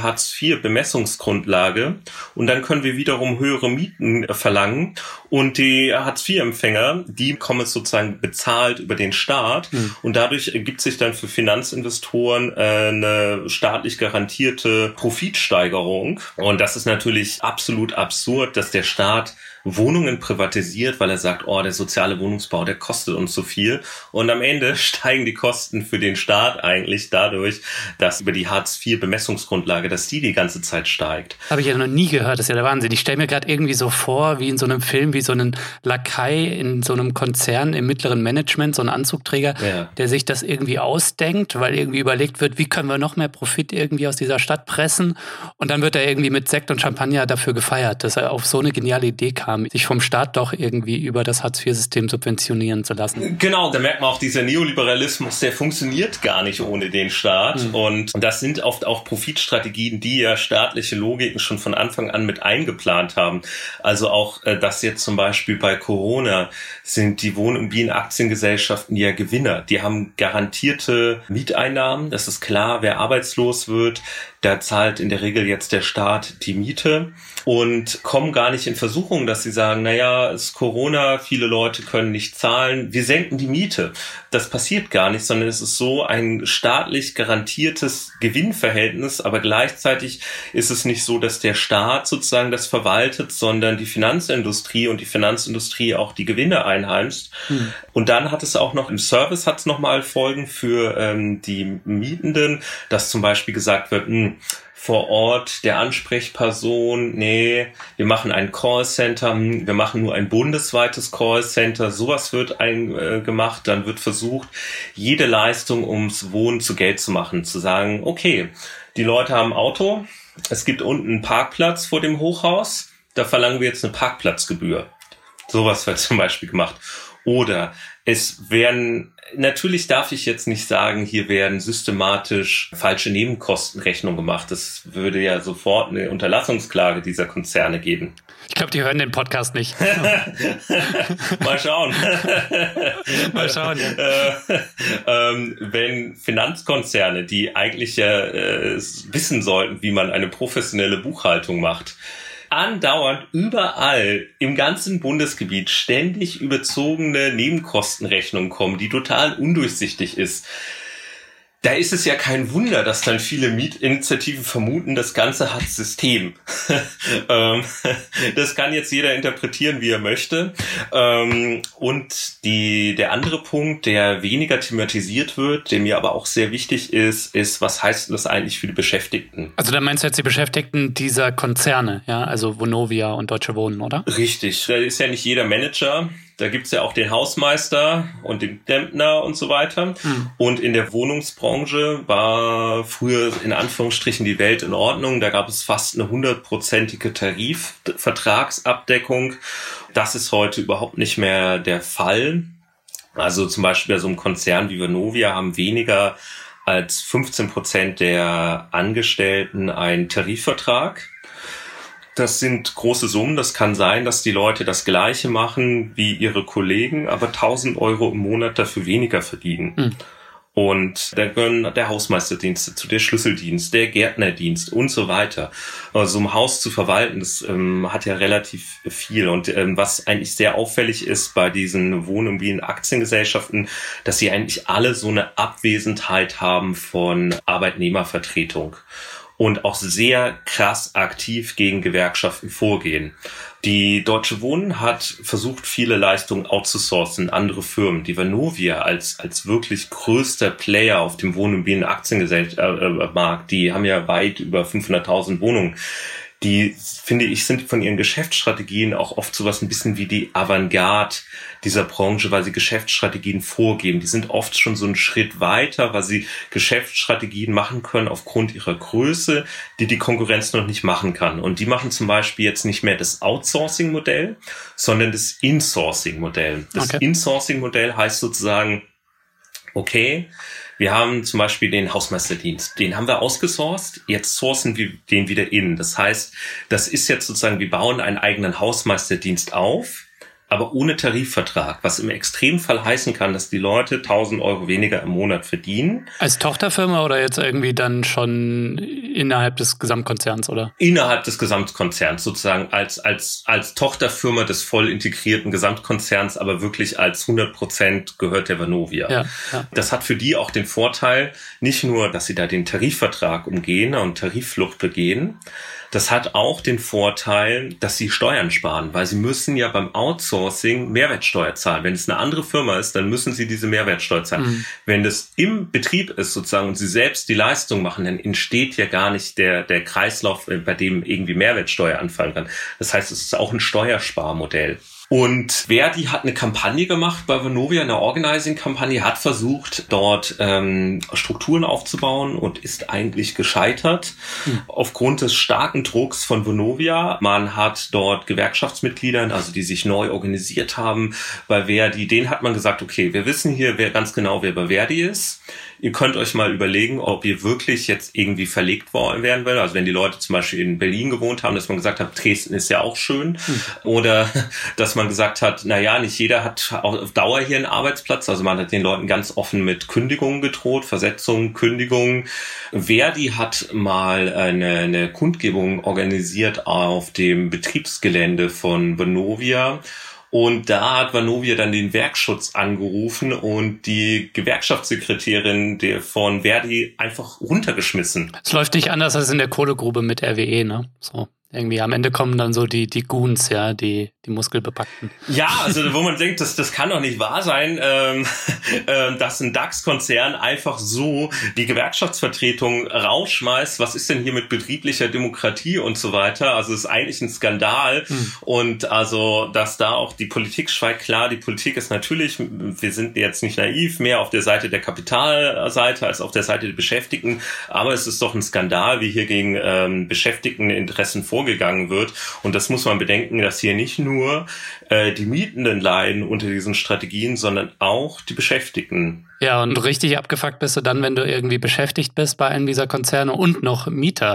Hartz-IV-Bemessungsgrundlage und dann können wir wiederum höhere Mieten verlangen. Und die Hartz-IV-Empfänger, die kommen sozusagen bezahlt über den Staat. Und dadurch ergibt sich dann für Finanzinvestoren eine staatlich garantierte Profitsteigerung. Und das ist natürlich absolut absurd, dass der Staat Wohnungen privatisiert, weil er sagt, oh, der soziale Wohnungsbau, der kostet uns so viel. Und am Ende steigen die Kosten für den Staat eigentlich dadurch, dass über die Hartz-IV-Bemessungsgrundlage, dass die ganze Zeit steigt. Habe ich ja noch nie gehört, das ist ja der Wahnsinn. Ich stelle mir gerade irgendwie so vor, wie in so einem Film, wie so einen Lakai in so einem Konzern im mittleren Management, so ein Anzugträger, der sich das irgendwie ausdenkt, weil irgendwie überlegt wird, wie können wir noch mehr Profit irgendwie aus dieser Stadt pressen. Und dann wird er irgendwie mit Sekt und Champagner dafür gefeiert, dass er auf so eine geniale Idee kam, sich vom Staat doch irgendwie über das Hartz-IV-System subventionieren zu lassen. Genau, da merkt man auch, dieser Neoliberalismus, der funktioniert gar nicht ohne den Staat. Und das sind oft auch Profitstrategien, die ja staatliche Logiken schon von Anfang an mit eingeplant haben. Also auch, dass jetzt zum Beispiel bei Corona sind die Wohnimmobilien-Aktiengesellschaften ja Gewinner. Die haben garantierte Mieteinnahmen. Das ist klar, wer arbeitslos wird, da zahlt in der Regel jetzt der Staat die Miete und kommen gar nicht in Versuchung, dass sie sagen, naja, es ist Corona, viele Leute können nicht zahlen, wir senken die Miete. Das passiert gar nicht, sondern es ist so ein staatlich garantiertes Gewinnverhältnis, aber gleichzeitig ist es nicht so, dass der Staat sozusagen das verwaltet, sondern die Finanzindustrie und die Finanzindustrie auch die Gewinne einheimst. Und dann hat es auch noch im Service hat es nochmal Folgen für die Mietenden, dass zum Beispiel gesagt wird, vor Ort der Ansprechperson, nee, wir machen ein Callcenter, wir machen nur ein bundesweites Callcenter, sowas wird gemacht, dann wird versucht, jede Leistung ums Wohnen zu Geld zu machen, zu sagen, okay, die Leute haben ein Auto, es gibt unten einen Parkplatz vor dem Hochhaus, da verlangen wir jetzt eine Parkplatzgebühr. Sowas wird zum Beispiel gemacht. Oder es werden, natürlich darf ich jetzt nicht sagen, hier werden systematisch falsche Nebenkostenrechnungen gemacht. Das würde ja sofort eine Unterlassungsklage dieser Konzerne geben. Ich glaube, die hören den Podcast nicht. Mal schauen. Mal schauen. Wenn Finanzkonzerne, die eigentlich ja wissen sollten, wie man eine professionelle Buchhaltung macht, andauernd überall im ganzen Bundesgebiet ständig überzogene Nebenkostenrechnungen kommen, die total undurchsichtig ist. Da ist es ja kein Wunder, dass dann viele Mietinitiativen vermuten, das Ganze hat System. Das kann jetzt jeder interpretieren, wie er möchte. Und der andere Punkt, der weniger thematisiert wird, der mir aber auch sehr wichtig ist, was heißt das eigentlich für die Beschäftigten? Also da meinst du jetzt die Beschäftigten dieser Konzerne, ja, also Vonovia und Deutsche Wohnen, oder? Richtig. Da ist ja nicht jeder Manager. Da gibt's ja auch den Hausmeister und den Klempner und so weiter. Und in der Wohnungsbranche war früher in Anführungsstrichen die Welt in Ordnung. Da gab es fast eine 100%ige Tarifvertragsabdeckung. Das ist heute überhaupt nicht mehr der Fall. Also zum Beispiel bei so einem Konzern wie Vonovia haben weniger als 15% der Angestellten einen Tarifvertrag. Das sind große Summen. Das kann sein, dass die Leute das Gleiche machen wie ihre Kollegen, aber 1.000 Euro im Monat dafür weniger verdienen. Und da gehören der Hausmeisterdienst dazu, der Schlüsseldienst, der Gärtnerdienst und so weiter. Also um Haus zu verwalten, das hat ja relativ viel. Und was eigentlich sehr auffällig ist bei diesen Wohnimmobilien-Aktiengesellschaften, dass sie eigentlich alle so eine Abwesenheit haben von Arbeitnehmervertretung und auch sehr krass aktiv gegen Gewerkschaften vorgehen. Die Deutsche Wohnen hat versucht, viele Leistungen outzusourcen, andere Firmen. Die Vonovia als wirklich größter Player auf dem Wohnimmobilien-Aktienmarkt, die haben ja weit über 500.000 Wohnungen. Die, finde ich, sind von ihren Geschäftsstrategien auch oft sowas ein bisschen wie die Avantgarde dieser Branche, weil sie Geschäftsstrategien vorgeben. Die sind oft schon so einen Schritt weiter, weil sie Geschäftsstrategien machen können aufgrund ihrer Größe, die Konkurrenz noch nicht machen kann. Und die machen zum Beispiel jetzt nicht mehr das Outsourcing-Modell, sondern das Insourcing-Modell. Das Insourcing-Modell heißt sozusagen, okay, wir haben zum Beispiel den Hausmeisterdienst, den haben wir ausgesourced, jetzt sourcen wir den wieder in. Das heißt, das ist jetzt sozusagen, wir bauen einen eigenen Hausmeisterdienst auf, aber ohne Tarifvertrag, was im Extremfall heißen kann, dass die Leute 1.000 Euro weniger im Monat verdienen. Als Tochterfirma oder jetzt irgendwie dann schon innerhalb des Gesamtkonzerns, oder? Innerhalb des Gesamtkonzerns, sozusagen als Tochterfirma des voll integrierten Gesamtkonzerns, aber wirklich als 100% gehört der Vonovia. Ja. Das hat für die auch den Vorteil, nicht nur, dass sie da den Tarifvertrag umgehen und Tarifflucht begehen, das hat auch den Vorteil, dass sie Steuern sparen, weil sie müssen ja beim Outsourcing Mehrwertsteuer zahlen. Wenn es eine andere Firma ist, dann müssen sie diese Mehrwertsteuer zahlen. Wenn das im Betrieb ist sozusagen und sie selbst die Leistung machen, dann entsteht ja gar nicht der Kreislauf, bei dem irgendwie Mehrwertsteuer anfallen kann. Das heißt, es ist auch ein Steuersparmodell. Und Verdi hat eine Kampagne gemacht bei Vonovia, eine Organizing-Kampagne, hat versucht, dort Strukturen aufzubauen und ist eigentlich gescheitert aufgrund des starken Drucks von Vonovia. Man hat dort Gewerkschaftsmitgliedern, also die sich neu organisiert haben bei Verdi, denen hat man gesagt, okay, wir wissen hier ganz genau, wer bei Verdi ist. Ihr könnt euch mal überlegen, ob ihr wirklich jetzt irgendwie verlegt werden will. Also wenn die Leute zum Beispiel in Berlin gewohnt haben, dass man gesagt hat, Dresden ist ja auch schön. Oder dass man gesagt hat, naja, nicht jeder hat auf Dauer hier einen Arbeitsplatz. Also man hat den Leuten ganz offen mit Kündigungen gedroht, Versetzungen, Kündigungen. Verdi hat mal eine Kundgebung organisiert auf dem Betriebsgelände von Vonovia. Und da hat Vonovia dann den Werkschutz angerufen und die Gewerkschaftssekretärin von Verdi einfach runtergeschmissen. Es läuft nicht anders als in der Kohlegrube mit RWE, ne? So. Irgendwie am Ende kommen dann so die Goons, ja, die Muskelbepackten. Ja, also wo man denkt, das kann doch nicht wahr sein, dass ein DAX-Konzern einfach so die Gewerkschaftsvertretung rausschmeißt. Was ist denn hier mit betrieblicher Demokratie und so weiter? Also es ist eigentlich ein Skandal. Und also, dass da auch die Politik schweigt, klar, die Politik ist natürlich, wir sind jetzt nicht naiv, mehr auf der Seite der Kapitalseite als auf der Seite der Beschäftigten. Aber es ist doch ein Skandal, wie hier gegen Beschäftigteninteressen vorgegangen wird. Und das muss man bedenken, dass hier nicht nur die Mietenden leiden unter diesen Strategien, sondern auch die Beschäftigten. Ja, und richtig abgefuckt bist du dann, wenn du irgendwie beschäftigt bist bei einem dieser Konzerne und noch Mieter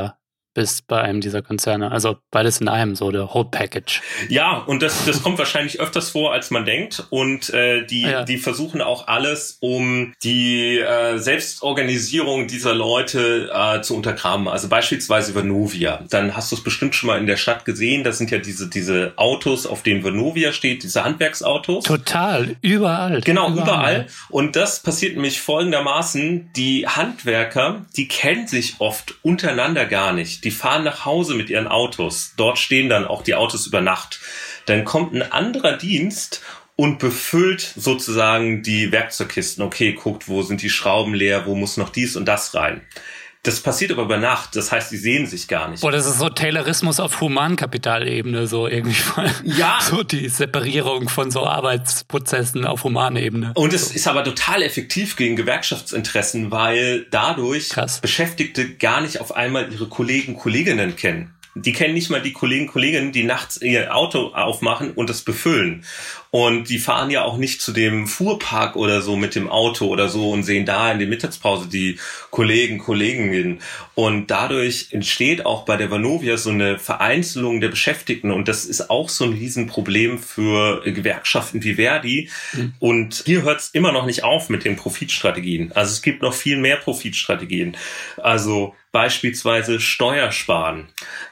bist bei einem dieser Konzerne. Also beides in einem, so der Whole Package. Ja, und das kommt wahrscheinlich öfters vor, als man denkt. Und die versuchen auch alles, um die Selbstorganisierung dieser Leute zu untergraben. Also beispielsweise Vonovia. Dann hast du es bestimmt schon mal in der Stadt gesehen. Das sind ja diese Autos, auf denen Vonovia steht, diese Handwerksautos. Total, überall. Genau, überall. Und das passiert nämlich folgendermaßen. Die Handwerker, die kennen sich oft untereinander gar nicht. Die fahren nach Hause mit ihren Autos. Dort stehen dann auch die Autos über Nacht. Dann kommt ein anderer Dienst und befüllt sozusagen die Werkzeugkisten. Okay, guckt, wo sind die Schrauben leer, wo muss noch dies und das rein. Das passiert aber über Nacht, das heißt, die sehen sich gar nicht. Boah, das ist so Taylorismus auf Humankapitalebene, so irgendwie. Ja. So die Separierung von so Arbeitsprozessen auf Humanebene. Und es ist aber total effektiv gegen Gewerkschaftsinteressen, weil dadurch Beschäftigte gar nicht auf einmal ihre Kolleginnen kennen. Die kennen nicht mal die Kolleginnen, die nachts ihr Auto aufmachen und das befüllen. Und die fahren ja auch nicht zu dem Fuhrpark oder so mit dem Auto oder so und sehen da in der Mittagspause die Kolleginnen. Und dadurch entsteht auch bei der Vonovia so eine Vereinzelung der Beschäftigten. Und das ist auch so ein Riesenproblem für Gewerkschaften wie Verdi. Und hier hört es immer noch nicht auf mit den Profitstrategien. Also es gibt noch viel mehr Profitstrategien. Also beispielsweise Steuersparen.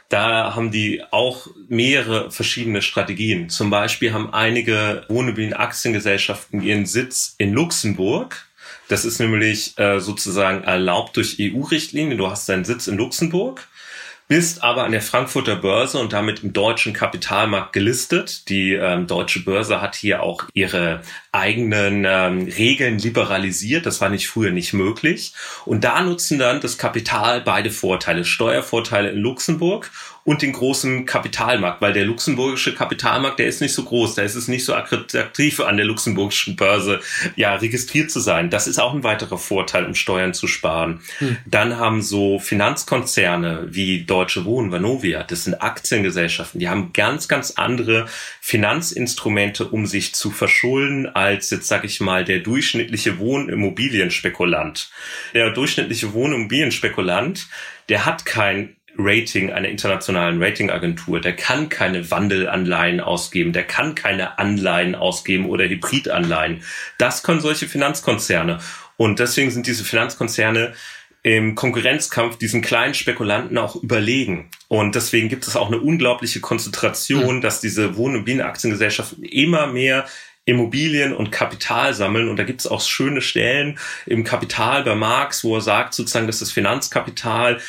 Da haben die auch mehrere verschiedene Strategien. Zum Beispiel haben einige Wohnimmobilien-Aktiengesellschaften ihren Sitz in Luxemburg. Das ist nämlich sozusagen erlaubt durch EU-Richtlinien. Du hast deinen Sitz in Luxemburg, bist aber an der Frankfurter Börse und damit im deutschen Kapitalmarkt gelistet. Die deutsche Börse hat hier auch ihre eigenen Regeln liberalisiert. Das war früher nicht möglich. Und da nutzen dann das Kapital beide Vorteile. Steuervorteile in Luxemburg und den großen Kapitalmarkt, weil der luxemburgische Kapitalmarkt, der ist nicht so groß, da ist es nicht so attraktiv, an der luxemburgischen Börse registriert zu sein. Das ist auch ein weiterer Vorteil, um Steuern zu sparen. Dann haben so Finanzkonzerne wie Deutsche Wohnen, Vonovia, das sind Aktiengesellschaften, die haben ganz, ganz andere Finanzinstrumente, um sich zu verschulden, als jetzt, sag ich mal, der durchschnittliche Wohnimmobilienspekulant. Der durchschnittliche Wohnimmobilienspekulant, der hat kein Rating einer internationalen Ratingagentur. Der kann keine Wandelanleihen ausgeben, der kann keine Anleihen ausgeben oder Hybridanleihen. Das können solche Finanzkonzerne. Und deswegen sind diese Finanzkonzerne im Konkurrenzkampf diesen kleinen Spekulanten auch überlegen. Und deswegen gibt es auch eine unglaubliche Konzentration, dass diese Wohnimmobilienaktiengesellschaften immer mehr Immobilien und Kapital sammeln. Und da gibt es auch schöne Stellen im Kapital bei Marx, wo er sagt sozusagen, dass das Finanzkapital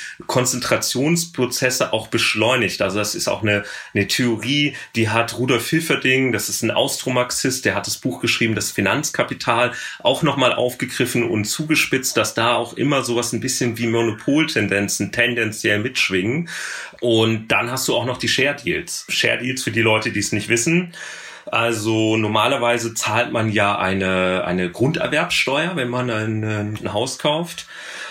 Konzentrationsprozesse auch beschleunigt. Also das ist auch eine Theorie, die hat Rudolf Hilferding, das ist ein Austromarxist, der hat das Buch geschrieben, das Finanzkapital, auch nochmal aufgegriffen und zugespitzt, dass da auch immer sowas ein bisschen wie Monopoltendenzen tendenziell mitschwingen. Und dann hast du auch noch die Share Deals. Share Deals für die Leute, die es nicht wissen. Also normalerweise zahlt man ja eine Grunderwerbsteuer, wenn man ein Haus kauft.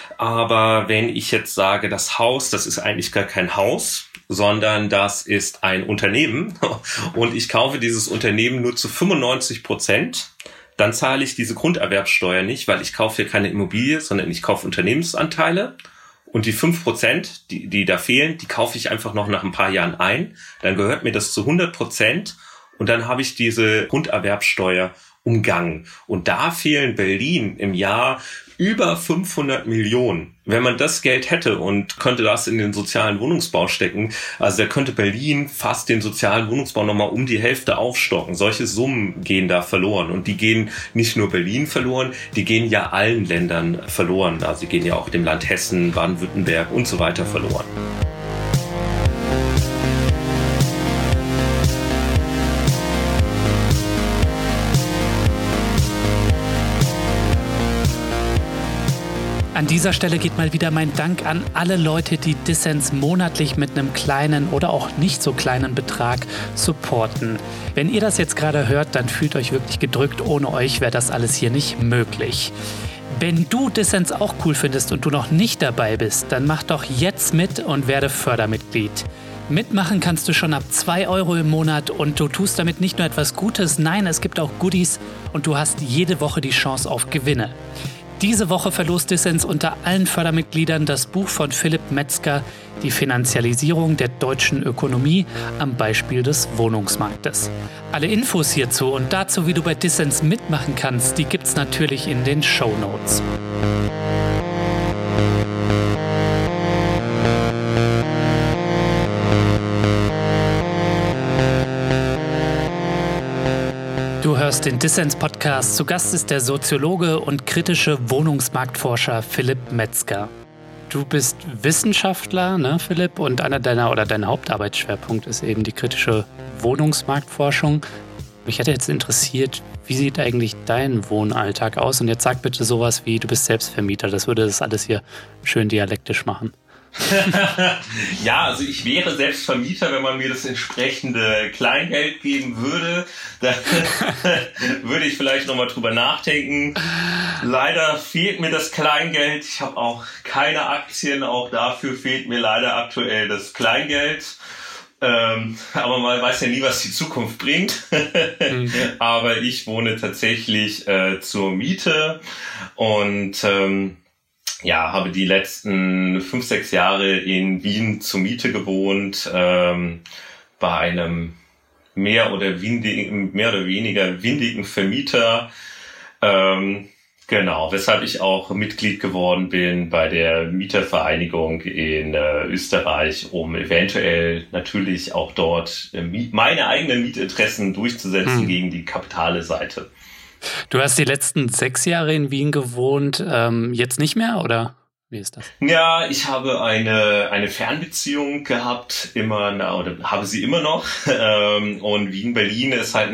Aber wenn ich jetzt sage, das Haus, das ist eigentlich gar kein Haus, sondern das ist ein Unternehmen und ich kaufe dieses Unternehmen nur zu 95%, dann zahle ich diese Grunderwerbsteuer nicht, weil ich kaufe hier keine Immobilie, sondern ich kaufe Unternehmensanteile. Und die 5%, die da fehlen, die kaufe ich einfach noch nach ein paar Jahren ein. Dann gehört mir das zu 100%. Und dann habe ich diese Grunderwerbsteuer umgangen. Und da fehlen Berlin im Jahr über 500 Millionen. Wenn man das Geld hätte und könnte das in den sozialen Wohnungsbau stecken, also da könnte Berlin fast den sozialen Wohnungsbau nochmal um die Hälfte aufstocken. Solche Summen gehen da verloren. Und die gehen nicht nur Berlin verloren, die gehen ja allen Ländern verloren. Also die gehen ja auch dem Land Hessen, Baden-Württemberg und so weiter verloren. An dieser Stelle geht mal wieder mein Dank an alle Leute, die Dissens monatlich mit einem kleinen oder auch nicht so kleinen Betrag supporten. Wenn ihr das jetzt gerade hört, dann fühlt euch wirklich gedrückt. Ohne euch wäre das alles hier nicht möglich. Wenn du Dissens auch cool findest und du noch nicht dabei bist, dann mach doch jetzt mit und werde Fördermitglied. Mitmachen kannst du schon ab 2 Euro im Monat und du tust damit nicht nur etwas Gutes, nein, es gibt auch Goodies und du hast jede Woche die Chance auf Gewinne. Diese Woche verlost Dissens unter allen Fördermitgliedern das Buch von Philipp Metzger, Die Finanzialisierung der deutschen Ökonomie am Beispiel des Wohnungsmarktes. Alle Infos hierzu und dazu, wie du bei Dissens mitmachen kannst, die gibt's natürlich in den Shownotes. Du hörst den Dissens-Podcast. Zu Gast ist der Soziologe und kritische Wohnungsmarktforscher Philipp Metzger. Du bist Wissenschaftler, ne, Philipp? Und dein Hauptarbeitsschwerpunkt ist eben die kritische Wohnungsmarktforschung. Mich hätte jetzt interessiert, wie sieht eigentlich dein Wohnalltag aus? Und jetzt sag bitte sowas wie, du bist Selbstvermieter. Das würde das alles hier schön dialektisch machen. Ja, also ich wäre selbst Vermieter, wenn man mir das entsprechende Kleingeld geben würde. Da würde ich vielleicht nochmal drüber nachdenken. Leider fehlt mir das Kleingeld. Ich habe auch keine Aktien. Auch dafür fehlt mir leider aktuell das Kleingeld. Aber man weiß ja nie, was die Zukunft bringt. Aber ich wohne tatsächlich zur Miete und habe die letzten 5-6 Jahre in Wien zur Miete gewohnt, bei einem mehr oder weniger windigen Vermieter. Weshalb ich auch Mitglied geworden bin bei der Mietervereinigung in Österreich, um eventuell natürlich auch dort meine eigenen Mietinteressen durchzusetzen gegen die kapitale Seite. Du hast die letzten 6 Jahre in Wien gewohnt, jetzt nicht mehr, oder wie ist das? Ja, ich habe eine Fernbeziehung gehabt, habe sie immer noch. Und Wien-Berlin ist halt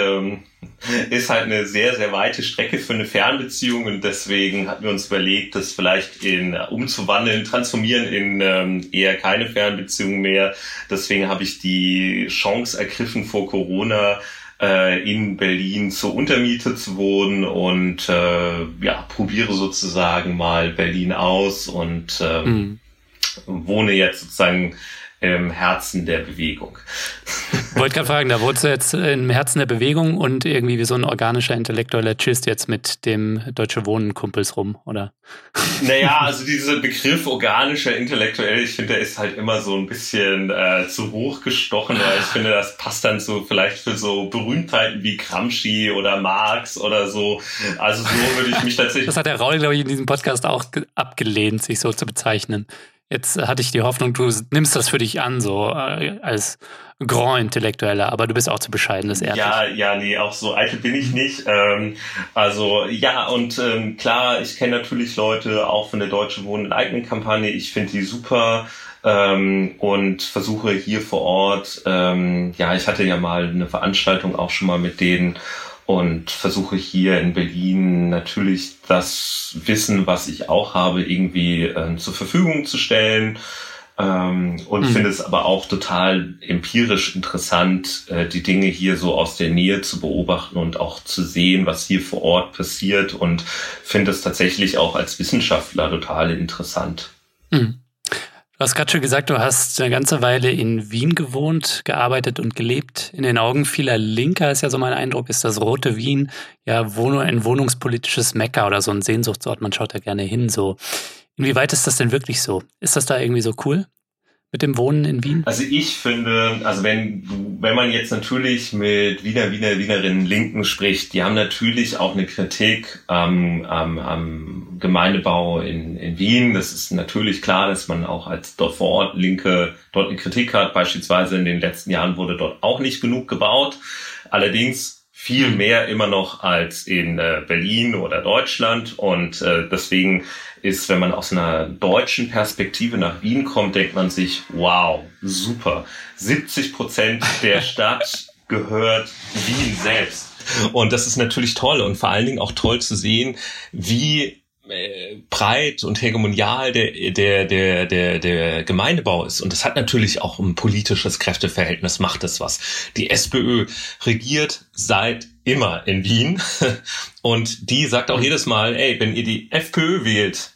eine sehr, sehr weite Strecke für eine Fernbeziehung. Und deswegen hatten wir uns überlegt, das vielleicht transformieren in eher keine Fernbeziehung mehr. Deswegen habe ich die Chance ergriffen vor Corona, in Berlin zur Untermiete zu wohnen und probiere sozusagen mal Berlin aus und wohne jetzt sozusagen im Herzen der Bewegung. Wollte gerade fragen, da wohnst du jetzt im Herzen der Bewegung und irgendwie wie so ein organischer Intellektueller chillst jetzt mit dem Deutsche Wohnen-Kumpels rum, oder? Naja, also dieser Begriff organischer Intellektuell, ich finde, der ist halt immer so ein bisschen zu hoch gestochen, weil ich finde, das passt dann so vielleicht für so Berühmtheiten wie Gramsci oder Marx oder so. Also so würde ich mich tatsächlich... Das hat der Raul, glaube ich, in diesem Podcast auch abgelehnt, sich so zu bezeichnen. Jetzt hatte ich die Hoffnung, du nimmst das für dich an, so als Grand Intellektueller, aber du bist auch zu bescheiden, das ehrlich. Nee, auch so eitel bin ich nicht. Klar, ich kenne natürlich Leute auch von der Deutsche Wohnen-Enteignen-Kampagne. Ich finde die super und versuche hier vor Ort, ich hatte ja mal eine Veranstaltung auch schon mal mit denen, und versuche hier in Berlin natürlich das Wissen, was ich auch habe, irgendwie zur Verfügung zu stellen. Finde es aber auch total empirisch interessant, die Dinge hier so aus der Nähe zu beobachten und auch zu sehen, was hier vor Ort passiert. Und finde es tatsächlich auch als Wissenschaftler total interessant. Mhm. Du hast gerade schon gesagt, du hast eine ganze Weile in Wien gewohnt, gearbeitet und gelebt. In den Augen vieler Linker ist ja so mein Eindruck, ist das rote Wien ja ein wohnungspolitisches Mekka oder so ein Sehnsuchtsort. Man schaut da gerne hin. So, inwieweit ist das denn wirklich so? Ist das da irgendwie so cool mit dem Wohnen in Wien? Also ich finde, wenn man jetzt natürlich mit Wienerinnen Linken spricht, die haben natürlich auch eine Kritik am Gemeindebau in Wien. Das ist natürlich klar, dass man auch als dort vor Ort Linke dort eine Kritik hat. Beispielsweise in den letzten Jahren wurde dort auch nicht genug gebaut. Allerdings viel mehr immer noch als in Berlin oder Deutschland. Und deswegen ist, wenn man aus einer deutschen Perspektive nach Wien kommt, denkt man sich, wow, super. 70% der Stadt gehört Wien selbst. Und das ist natürlich toll und vor allen Dingen auch toll zu sehen, wie breit und hegemonial der Gemeindebau ist. Und das hat natürlich auch ein politisches Kräfteverhältnis, macht es was. Die SPÖ regiert seit immer in Wien und die sagt auch jedes Mal, wenn ihr die FPÖ wählt,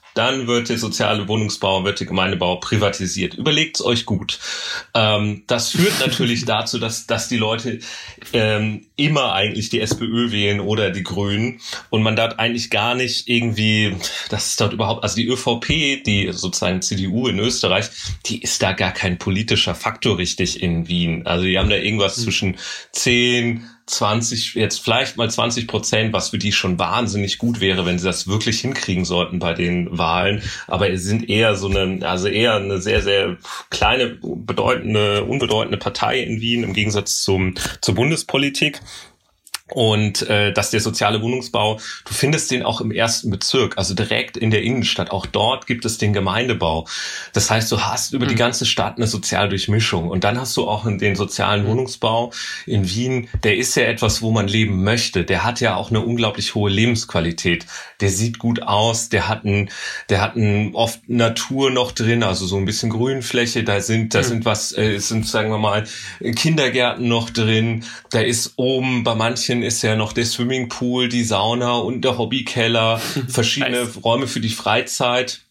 dann wird der soziale Wohnungsbau, wird der Gemeindebau privatisiert. Überlegt's euch gut. Das führt natürlich dazu, dass die Leute immer eigentlich die SPÖ wählen oder die Grünen und man dort eigentlich gar nicht irgendwie, das ist dort überhaupt, also die ÖVP, die sozusagen CDU in Österreich, die ist da gar kein politischer Faktor richtig in Wien. Also die haben da irgendwas zwischen 10, 20, jetzt vielleicht mal 20%, was für die schon wahnsinnig gut wäre, wenn sie das wirklich hinkriegen sollten bei den Wahlen. Aber es sind eher eher eine sehr, sehr kleine, unbedeutende Partei in Wien im Gegensatz zur Bundespolitik. Und dass der soziale Wohnungsbau, du findest den auch im 1. Bezirk, also direkt in der Innenstadt. Auch dort gibt es den Gemeindebau. Das heißt, du hast über die ganze Stadt eine soziale Durchmischung. Und dann hast du auch den sozialen Wohnungsbau in Wien. Der ist ja etwas, wo man leben möchte. Der hat ja auch eine unglaublich hohe Lebensqualität. Der sieht gut aus. Der hat oft Natur noch drin, also so ein bisschen Grünfläche. Da sind sagen wir mal Kindergärten noch drin. Da ist oben bei manchen ist ja noch der Swimmingpool, die Sauna und der Hobbykeller, verschiedene Räume für die Freizeit.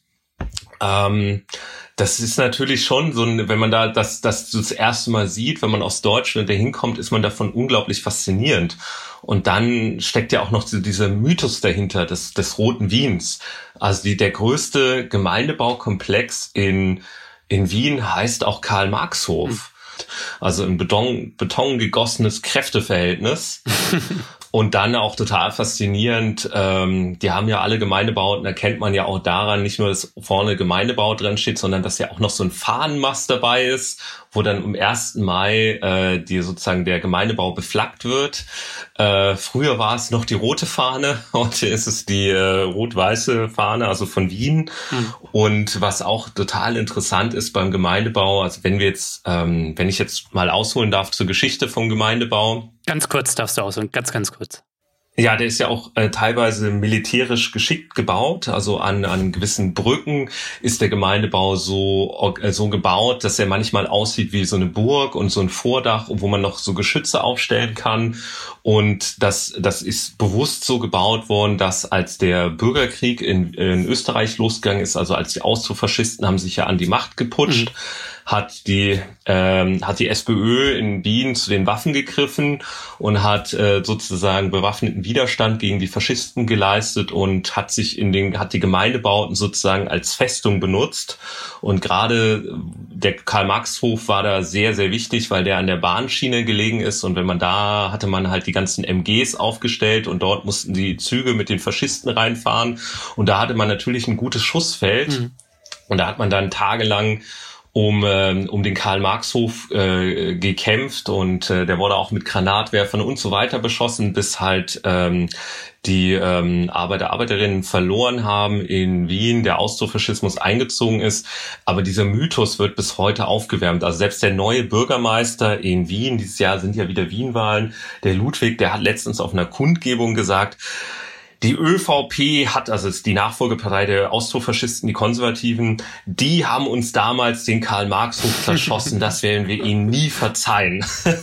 Das ist natürlich schon so, wenn man da das erste Mal sieht, wenn man aus Deutschland dahin kommt, ist man davon unglaublich faszinierend. Und dann steckt ja auch noch dieser Mythos dahinter des Roten Wiens. Also der größte Gemeindebaukomplex in Wien heißt auch Karl-Marx-Hof. Also ein Beton gegossenes Kräfteverhältnis. Und dann auch total faszinierend, die haben ja alle Gemeindebauten, erkennt man ja auch daran, nicht nur, dass vorne Gemeindebau dran steht, sondern dass ja auch noch so ein Fahnenmast dabei ist, wo dann am 1. Mai sozusagen der Gemeindebau beflaggt wird. Früher war es noch die rote Fahne, heute ist es die rot-weiße Fahne, also von Wien. Und was auch total interessant ist beim Gemeindebau, also wenn ich jetzt mal ausholen darf zur Geschichte vom Gemeindebau. Ganz kurz darfst du ausholen, ganz kurz. Ja, der ist ja auch teilweise militärisch geschickt gebaut. Also an gewissen Brücken ist der Gemeindebau so gebaut, dass er manchmal aussieht wie so eine Burg und so ein Vordach, wo man noch so Geschütze aufstellen kann. Und das ist bewusst so gebaut worden, dass als der Bürgerkrieg in Österreich losgegangen ist, also als die Austrofaschisten haben sich ja an die Macht geputscht, hat die SPÖ in Wien zu den Waffen gegriffen und hat sozusagen bewaffneten Widerstand gegen die Faschisten geleistet und hat die Gemeindebauten sozusagen als Festung benutzt. Und gerade der Karl-Marx-Hof war da sehr, sehr wichtig, weil der an der Bahnschiene gelegen ist. Und hatte man halt die ganzen MGs aufgestellt und dort mussten die Züge mit den Faschisten reinfahren. Und da hatte man natürlich ein gutes Schussfeld. Und da hat man dann tagelang um den Karl-Marx-Hof gekämpft und der wurde auch mit Granatwerfern und so weiter beschossen, bis halt die Arbeiterinnen verloren haben in Wien, der Austrofaschismus eingezogen ist. Aber dieser Mythos wird bis heute aufgewärmt. Also selbst der neue Bürgermeister in Wien, dieses Jahr sind ja wieder Wien-Wahlen, der Ludwig, der hat letztens auf einer Kundgebung gesagt, die ÖVP also ist die Nachfolgepartei der Austrofaschisten, die Konservativen, die haben uns damals den Karl-Marx-Hof zerschossen, das werden wir ihnen nie verzeihen.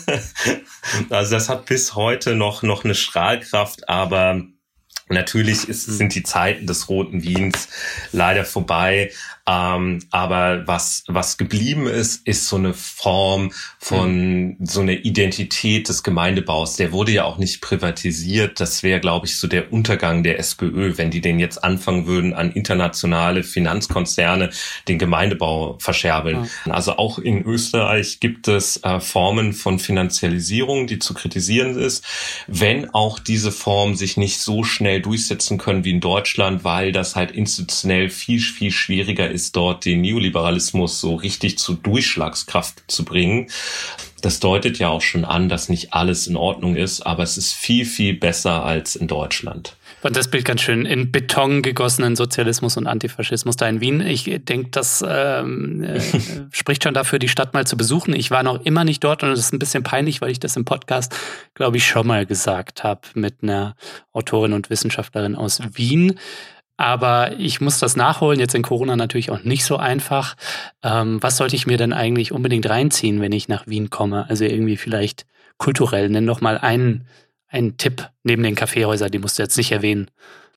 Also das hat bis heute noch eine Strahlkraft, aber natürlich sind die Zeiten des Roten Wiens leider vorbei. Aber was geblieben ist so eine Form von so eine Identität des Gemeindebaus. Der wurde ja auch nicht privatisiert. Das wäre, glaube ich, so der Untergang der SPÖ, wenn die den jetzt anfangen würden, an internationale Finanzkonzerne den Gemeindebau verscherbeln. Also auch in Österreich gibt es Formen von Finanzialisierung, die zu kritisieren ist, wenn auch diese Formen sich nicht so schnell durchsetzen können wie in Deutschland, weil das halt institutionell viel, viel schwieriger ist, dort den Neoliberalismus so richtig zu Durchschlagskraft zu bringen. Das deutet ja auch schon an, dass nicht alles in Ordnung ist, aber es ist viel, viel besser als in Deutschland. Und das Bild ganz schön in Beton gegossenen Sozialismus und Antifaschismus da in Wien. Ich denke, das spricht schon dafür, die Stadt mal zu besuchen. Ich war noch immer nicht dort und das ist ein bisschen peinlich, weil ich das im Podcast, glaube ich, schon mal gesagt habe mit einer Autorin und Wissenschaftlerin aus Wien. Aber ich muss das nachholen, jetzt in Corona natürlich auch nicht so einfach. Was sollte ich mir denn eigentlich unbedingt reinziehen, wenn ich nach Wien komme? Also irgendwie vielleicht kulturell. Nenn doch mal einen Tipp neben den Kaffeehäusern, die musst du jetzt nicht erwähnen.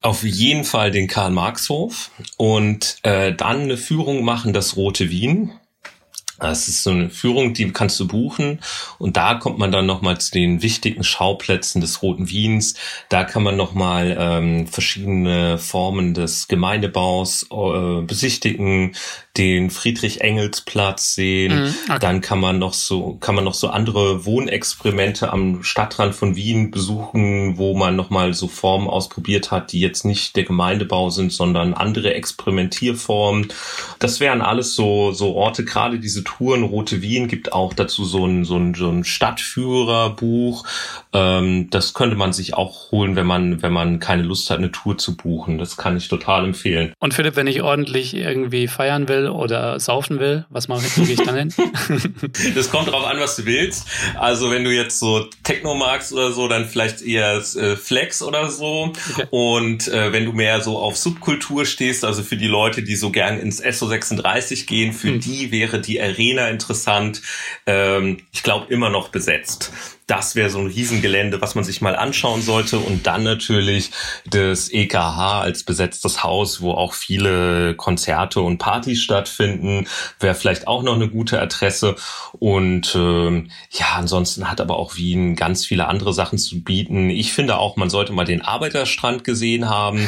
Auf jeden Fall den Karl-Marx-Hof und dann eine Führung machen, das Rote Wien. Das ist so eine Führung, die kannst du buchen und da kommt man dann nochmal zu den wichtigen Schauplätzen des Roten Wiens. Da kann man nochmal verschiedene Formen des Gemeindebaus besichtigen, den Friedrich-Engels-Platz sehen. Okay. Dann kann man noch so andere Wohnexperimente am Stadtrand von Wien besuchen, wo man nochmal so Formen ausprobiert hat, die jetzt nicht der Gemeindebau sind, sondern andere Experimentierformen. Das wären alles so Orte, gerade diese Touren. Rote Wien gibt auch dazu so ein Stadtführerbuch. Das könnte man sich auch holen, wenn man keine Lust hat, eine Tour zu buchen. Das kann ich total empfehlen. Und Philipp, wenn ich ordentlich irgendwie feiern will oder saufen will, was mache ich, wo gehe ich dann hin? Das kommt drauf an, was du willst. Also wenn du jetzt so Techno magst oder so, dann vielleicht eher Flex oder so. Okay. Und wenn du mehr so auf Subkultur stehst, also für die Leute, die so gern ins SO36 gehen, für die wäre die Arena interessant. Ich glaube immer noch besetzt. Das wäre so ein Riesengelände, was man sich mal anschauen sollte. Und dann natürlich das EKH als besetztes Haus, wo auch viele Konzerte und Partys stattfinden. Wäre vielleicht auch noch eine gute Adresse. Und ansonsten hat aber auch Wien ganz viele andere Sachen zu bieten. Ich finde auch, man sollte mal den Arbeiterstrand gesehen haben.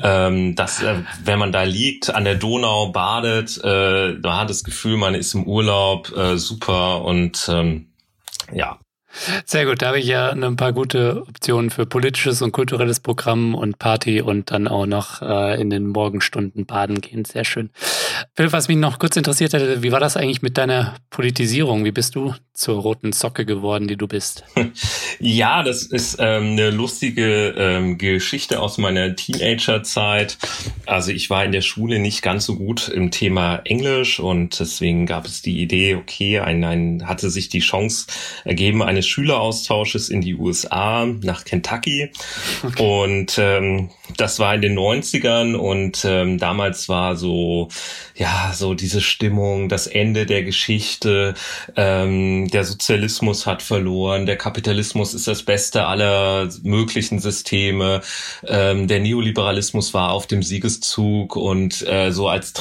Wenn man da liegt, an der Donau badet, da hat das Gefühl, man ist im Urlaub, super und ja. Sehr gut, da habe ich ja ein paar gute Optionen für politisches und kulturelles Programm und Party und dann auch noch in den Morgenstunden baden gehen. Sehr schön. Philipp, was mich noch kurz interessiert hätte, wie war das eigentlich mit deiner Politisierung? Wie bist du zur roten Socke geworden, die du bist? Ja, das ist eine lustige Geschichte aus meiner Teenagerzeit. Also ich war in der Schule nicht ganz so gut im Thema Englisch und deswegen gab es die Idee, okay, hatte sich die Chance ergeben, eines Schüleraustausches in die USA nach Kentucky. Okay. Und das war in den 90ern und damals war so diese Stimmung, das Ende der Geschichte, der Sozialismus hat verloren, der Kapitalismus ist das Beste aller möglichen Systeme, der Neoliberalismus war auf dem Siegeszug und so als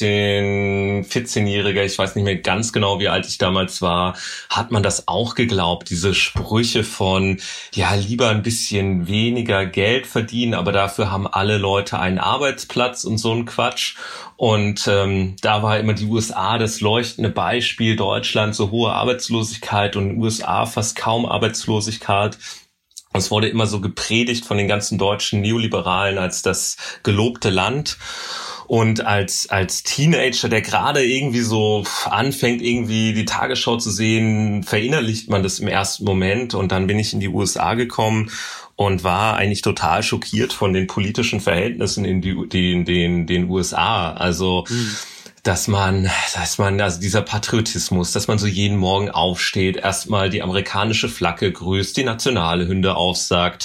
14-Jähriger, ich weiß nicht mehr ganz genau, wie alt ich damals war, hat man das auch geglaubt, diese Sprüche von, ja, lieber ein bisschen weniger Geld verdienen, aber dafür haben alle Leute einen Arbeitsplatz und so ein Quatsch. Und da war immer die USA das leuchtende Beispiel, Deutschland so hohe Arbeitslosigkeit und USA fast kaum Arbeitslosigkeit. Es wurde immer so gepredigt von den ganzen deutschen Neoliberalen als das gelobte Land. Und als Teenager, der gerade irgendwie so anfängt, irgendwie die Tagesschau zu sehen, verinnerlicht man das im ersten Moment. Und dann bin ich in die USA gekommen und war eigentlich total schockiert von den politischen Verhältnissen in den USA. Also, dass man, also dieser Patriotismus, dass man so jeden Morgen aufsteht, erstmal die amerikanische Flagge grüßt, die nationale Hymne aufsagt.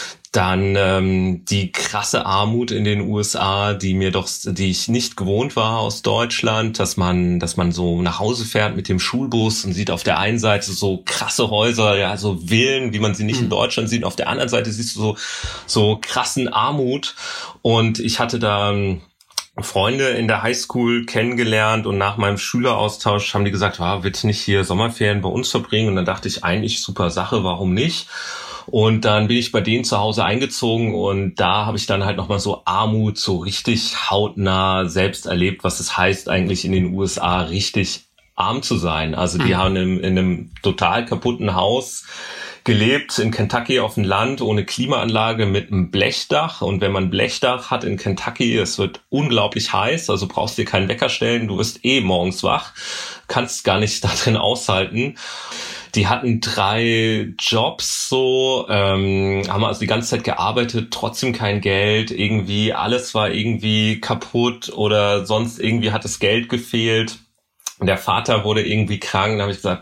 Dann die krasse Armut in den USA, die ich nicht gewohnt war aus Deutschland, dass man so nach Hause fährt mit dem Schulbus und sieht auf der einen Seite so krasse Häuser, ja, so Villen, wie man sie nicht in Deutschland sieht, und auf der anderen Seite siehst du so krassen Armut. Und ich hatte da Freunde in der Highschool kennengelernt und nach meinem Schüleraustausch haben die gesagt, willst du nicht hier Sommerferien bei uns verbringen? Und dann dachte ich, eigentlich super Sache, warum nicht? Und dann bin ich bei denen zu Hause eingezogen und da habe ich dann halt nochmal so Armut so richtig hautnah selbst erlebt, was es heißt eigentlich in den USA richtig arm zu sein. Also die haben in einem total kaputten Haus gelebt in Kentucky auf dem Land ohne Klimaanlage mit einem Blechdach. Und wenn man ein Blechdach hat in Kentucky, es wird unglaublich heiß, also brauchst dir keinen Wecker stellen, du wirst morgens wach, kannst gar nicht da drin aushalten. Die hatten 3 Jobs haben also die ganze Zeit gearbeitet, trotzdem kein Geld, irgendwie alles war irgendwie kaputt oder sonst irgendwie hat das Geld gefehlt. Der Vater wurde irgendwie krank, da habe ich gesagt, bleib doch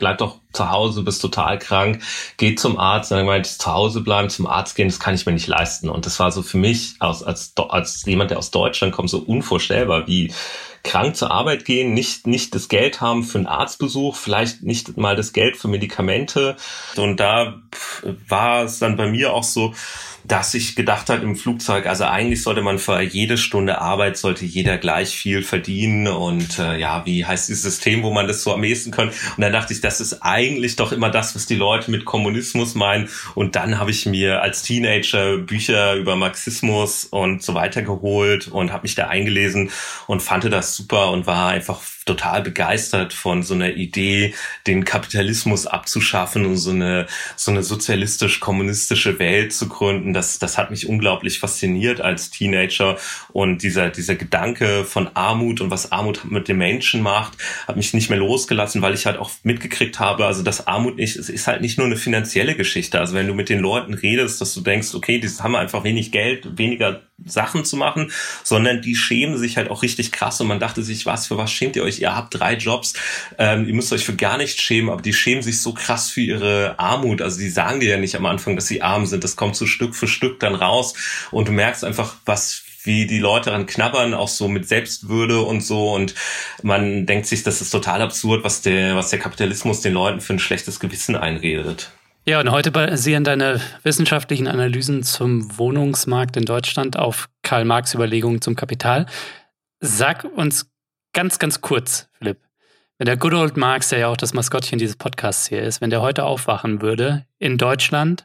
zu Hause, bist total krank, geh zum Arzt. Und dann meinte ich, zu Hause bleiben, zum Arzt gehen, das kann ich mir nicht leisten. Und das war so für mich als jemand, der aus Deutschland kommt, so unvorstellbar, wie krank zur Arbeit gehen, nicht das Geld haben für einen Arztbesuch, vielleicht nicht mal das Geld für Medikamente. Und da war es dann bei mir auch so, dass ich gedacht habe im Flugzeug, also eigentlich sollte man für jede Stunde Arbeit, sollte jeder gleich viel verdienen und wie heißt dieses System, wo man das so am ehesten kann. Und dann dachte ich, das ist eigentlich doch immer das, was die Leute mit Kommunismus meinen. Und dann habe ich mir als Teenager Bücher über Marxismus und so weiter geholt und habe mich da eingelesen und fand das super und war einfach total begeistert von so einer Idee, den Kapitalismus abzuschaffen und so eine sozialistisch-kommunistische Welt zu gründen. Das hat mich unglaublich fasziniert als Teenager. Und dieser Gedanke von Armut und was Armut mit den Menschen macht, hat mich nicht mehr losgelassen, weil ich halt auch mitgekriegt habe, also dass Armut es ist halt nicht nur eine finanzielle Geschichte. Also wenn du mit den Leuten redest, dass du denkst, okay, die haben einfach wenig Geld, weniger Sachen zu machen, sondern die schämen sich halt auch richtig krass und man dachte sich, für was schämt ihr euch? Ihr habt 3 Jobs, ihr müsst euch für gar nichts schämen, aber die schämen sich so krass für ihre Armut. Also die sagen dir ja nicht am Anfang, dass sie arm sind. Das kommt so Stück für Stück dann raus und du merkst einfach, wie die Leute daran knabbern, auch so mit Selbstwürde und so. Und man denkt sich, das ist total absurd, was der Kapitalismus den Leuten für ein schlechtes Gewissen einredet. Ja, und heute basieren deine wissenschaftlichen Analysen zum Wohnungsmarkt in Deutschland auf Karl Marx' Überlegungen zum Kapital. Sag uns ganz, ganz kurz, Philipp, wenn der Good Old Marx, der ja auch das Maskottchen dieses Podcasts hier ist, wenn der heute aufwachen würde in Deutschland,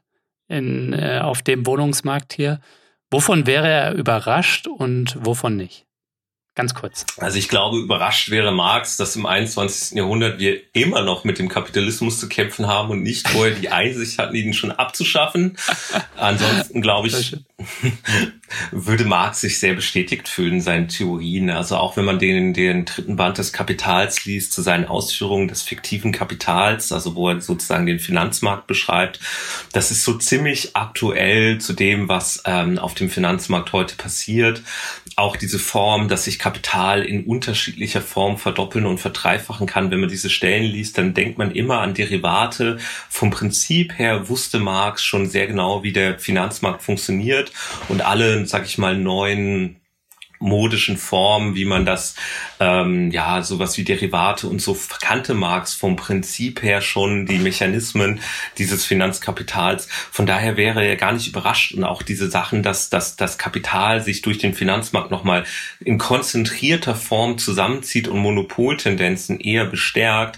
auf dem Wohnungsmarkt hier, wovon wäre er überrascht und wovon nicht? Ganz kurz. Also ich glaube, überrascht wäre Marx, dass im 21. Jahrhundert wir immer noch mit dem Kapitalismus zu kämpfen haben und nicht vorher die Einsicht hatten, ihn schon abzuschaffen. Ansonsten, glaube ich, würde Marx sich sehr bestätigt fühlen in seinen Theorien. Also auch wenn man den 3. Band des Kapitals liest, zu seinen Ausführungen des fiktiven Kapitals, also wo er sozusagen den Finanzmarkt beschreibt, das ist so ziemlich aktuell zu dem, was auf dem Finanzmarkt heute passiert. Auch diese Form, dass sich Kapital in unterschiedlicher Form verdoppeln und verdreifachen kann. Wenn man diese Stellen liest, dann denkt man immer an Derivate. Vom Prinzip her wusste Marx schon sehr genau, wie der Finanzmarkt funktioniert und alle, sag ich mal, neuen modischen Formen, wie man das, sowas wie Derivate und so kannte Marx vom Prinzip her schon die Mechanismen dieses Finanzkapitals. Von daher wäre er gar nicht überrascht und auch diese Sachen, dass das Kapital sich durch den Finanzmarkt nochmal in konzentrierter Form zusammenzieht und Monopoltendenzen eher bestärkt,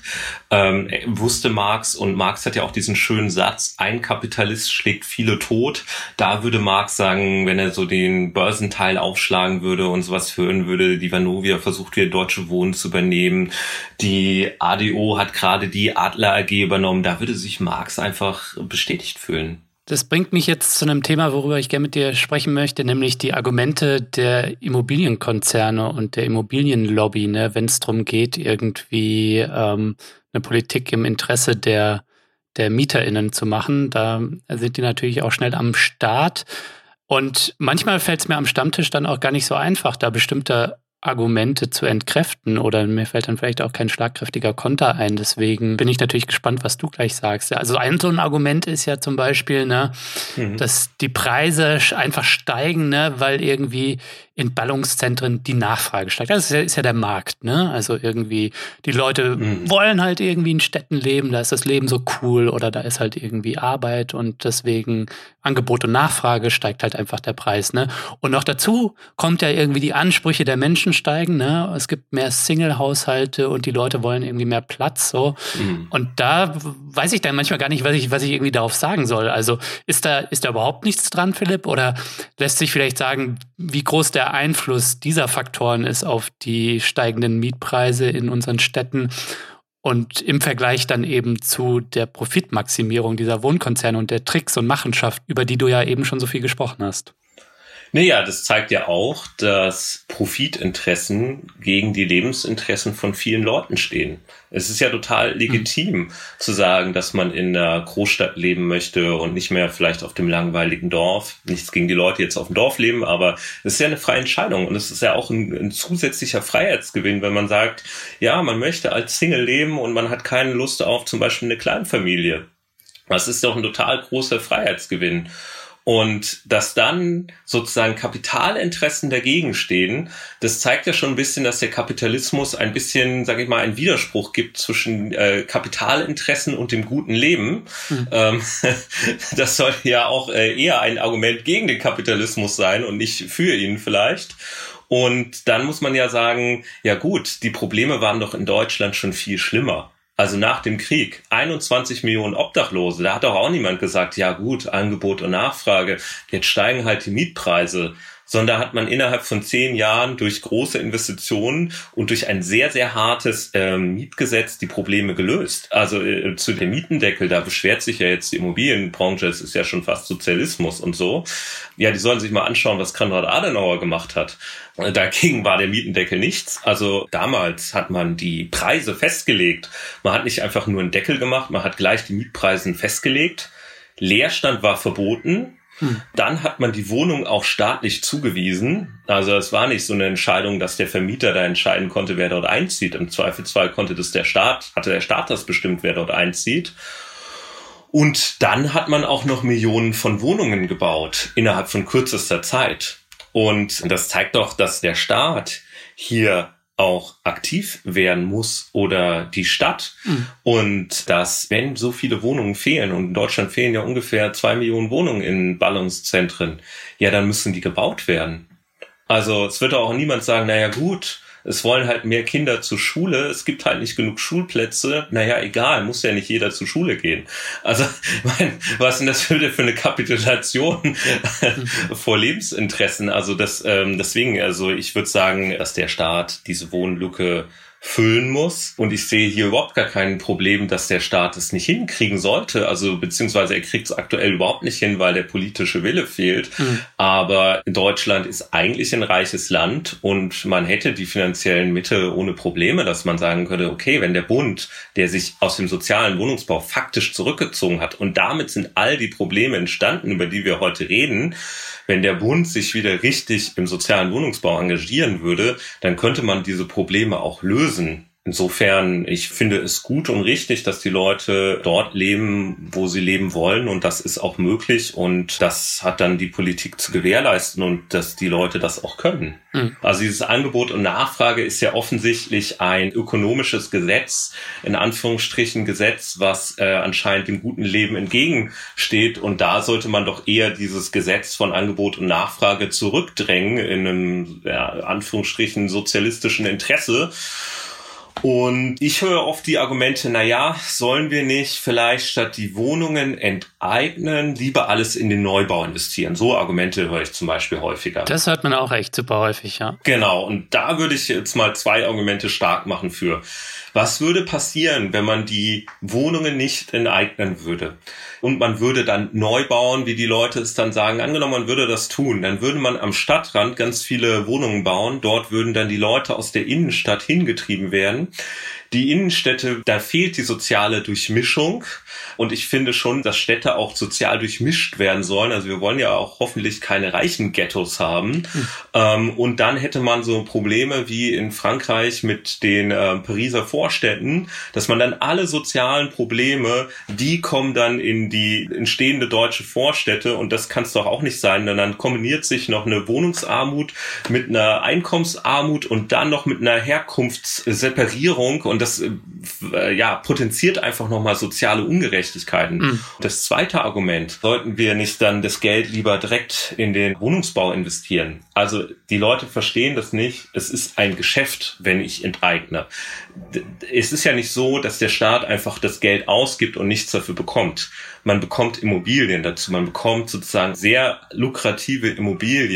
wusste Marx. Und Marx hat ja auch diesen schönen Satz, ein Kapitalist schlägt viele tot. Da würde Marx sagen, wenn er so den Börsenteil aufschlagen würde und sowas hören würde, die Vonovia versucht wieder Deutsche Wohnen zu übernehmen, die ADO hat gerade die Adler AG übernommen, da würde sich Marx einfach bestätigt fühlen. Das bringt mich jetzt zu einem Thema, worüber ich gerne mit dir sprechen möchte, nämlich die Argumente der Immobilienkonzerne und der Immobilienlobby, ne, wenn es darum geht, irgendwie eine Politik im Interesse der MieterInnen zu machen. Da sind die natürlich auch schnell am Start. Und manchmal fällt es mir am Stammtisch dann auch gar nicht so einfach, da bestimmte Argumente zu entkräften oder mir fällt dann vielleicht auch kein schlagkräftiger Konter ein. Deswegen bin ich natürlich gespannt, was du gleich sagst. Also so ein Argument ist ja zum Beispiel, dass die Preise einfach steigen, weil irgendwie in Ballungszentren die Nachfrage steigt. Das ist ja der Markt, ne? Also irgendwie die Leute wollen halt irgendwie in Städten leben, da ist das Leben so cool oder da ist halt irgendwie Arbeit und deswegen Angebot und Nachfrage steigt halt einfach der Preis, ne? Und noch dazu kommt ja irgendwie die Ansprüche der Menschen steigen, ne? Es gibt mehr Single-Haushalte und die Leute wollen irgendwie mehr Platz, so. Und da weiß ich dann manchmal gar nicht, was ich irgendwie darauf sagen soll. Also ist da überhaupt nichts dran, Philipp? Oder lässt sich vielleicht sagen, wie groß der Einfluss dieser Faktoren ist auf die steigenden Mietpreise in unseren Städten und im Vergleich dann eben zu der Profitmaximierung dieser Wohnkonzerne und der Tricks und Machenschaften, über die du ja eben schon so viel gesprochen hast? Naja, das zeigt ja auch, dass Profitinteressen gegen die Lebensinteressen von vielen Leuten stehen. Es ist ja total legitim zu sagen, dass man in einer Großstadt leben möchte und nicht mehr vielleicht auf dem langweiligen Dorf. Nichts gegen die Leute, die jetzt auf dem Dorf leben, aber es ist ja eine freie Entscheidung und es ist ja auch ein zusätzlicher Freiheitsgewinn, wenn man sagt, ja, man möchte als Single leben und man hat keine Lust auf zum Beispiel eine Kleinfamilie. Das ist doch ein total großer Freiheitsgewinn. Und dass dann sozusagen Kapitalinteressen dagegen stehen, das zeigt ja schon ein bisschen, dass der Kapitalismus ein bisschen, sage ich mal, einen Widerspruch gibt zwischen Kapitalinteressen und dem guten Leben. Das sollte ja auch eher ein Argument gegen den Kapitalismus sein und nicht für ihn vielleicht. Und dann muss man ja sagen, ja gut, die Probleme waren doch in Deutschland schon viel schlimmer. Also nach dem Krieg, 21 Millionen Obdachlose, da hat doch auch niemand gesagt, ja gut, Angebot und Nachfrage, jetzt steigen halt die Mietpreise. Sondern hat man innerhalb von 10 Jahren durch große Investitionen und durch ein sehr, sehr hartes Mietgesetz die Probleme gelöst. Also zu dem Mietendeckel, da beschwert sich ja jetzt die Immobilienbranche, es ist ja schon fast Sozialismus und so. Ja, die sollen sich mal anschauen, was Konrad Adenauer gemacht hat. Dagegen war der Mietendeckel nichts. Also damals hat man die Preise festgelegt. Man hat nicht einfach nur einen Deckel gemacht, man hat gleich die Mietpreise festgelegt. Leerstand war verboten. Dann hat man die Wohnung auch staatlich zugewiesen. Also es war nicht so eine Entscheidung, dass der Vermieter da entscheiden konnte, wer dort einzieht. Im Zweifelsfall hatte der Staat das bestimmt, wer dort einzieht. Und dann hat man auch noch Millionen von Wohnungen gebaut innerhalb von kürzester Zeit. Und das zeigt doch, dass der Staat hier auch aktiv werden muss oder die Stadt. Und dass, wenn so viele Wohnungen fehlen, und in Deutschland fehlen ja ungefähr 2 Millionen Wohnungen in Ballungszentren, ja, dann müssen die gebaut werden. Also es wird auch niemand sagen, naja gut, es wollen halt mehr Kinder zur Schule, es gibt halt nicht genug Schulplätze, naja, egal, muss ja nicht jeder zur Schule gehen. Also, was ist denn das für eine Kapitulation vor Lebensinteressen? Also deswegen, also ich würde sagen, dass der Staat diese Wohnlücke füllen muss. Und ich sehe hier überhaupt gar kein Problem, dass der Staat es nicht hinkriegen sollte. Also beziehungsweise er kriegt es aktuell überhaupt nicht hin, weil der politische Wille fehlt. Aber Deutschland ist eigentlich ein reiches Land und man hätte die finanziellen Mittel ohne Probleme, dass man sagen könnte, okay, wenn der Bund, der sich aus dem sozialen Wohnungsbau faktisch zurückgezogen hat und damit sind all die Probleme entstanden, über die wir heute reden, wenn der Bund sich wieder richtig im sozialen Wohnungsbau engagieren würde, dann könnte man diese Probleme auch lösen. Insofern, ich finde es gut und richtig, dass die Leute dort leben, wo sie leben wollen und das ist auch möglich und das hat dann die Politik zu gewährleisten und dass die Leute das auch können. Also dieses Angebot und Nachfrage ist ja offensichtlich ein ökonomisches Gesetz, in Anführungsstrichen Gesetz, was anscheinend dem guten Leben entgegensteht und da sollte man doch eher dieses Gesetz von Angebot und Nachfrage zurückdrängen in einem, Anführungsstrichen, sozialistischen Interesse. Und ich höre oft die Argumente, sollen wir nicht vielleicht statt die Wohnungen enteignen, lieber alles in den Neubau investieren? So Argumente höre ich zum Beispiel häufiger. Das hört man auch echt super häufig, ja. Genau, und da würde ich jetzt mal 2 Argumente stark machen für. Was würde passieren, wenn man die Wohnungen nicht enteignen würde? Und man würde dann neu bauen, wie die Leute es dann sagen. Angenommen, man würde das tun, dann würde man am Stadtrand ganz viele Wohnungen bauen. Dort würden dann die Leute aus der Innenstadt hingetrieben werden. Die Innenstädte, da fehlt die soziale Durchmischung. Und ich finde schon, dass Städte auch sozial durchmischt werden sollen. Also wir wollen ja auch hoffentlich keine reichen Ghettos haben. Und dann hätte man so Probleme wie in Frankreich mit den Pariser Vorstädten, dass man dann alle sozialen Probleme, die kommen dann in die entstehende deutsche Vorstädte. Und das kann es doch auch nicht sein. Denn dann kombiniert sich noch eine Wohnungsarmut mit einer Einkommensarmut und dann noch mit einer Herkunftsseparierung. Und das potenziert einfach nochmal soziale Ungerechtigkeiten. Das zweite Argument, sollten wir nicht dann das Geld lieber direkt in den Wohnungsbau investieren? Also die Leute verstehen das nicht. Es ist ein Geschäft, wenn ich enteigne. Es ist ja nicht so, dass der Staat einfach das Geld ausgibt und nichts dafür bekommt. Man bekommt Immobilien dazu. Man bekommt sozusagen sehr lukrative Immobilien.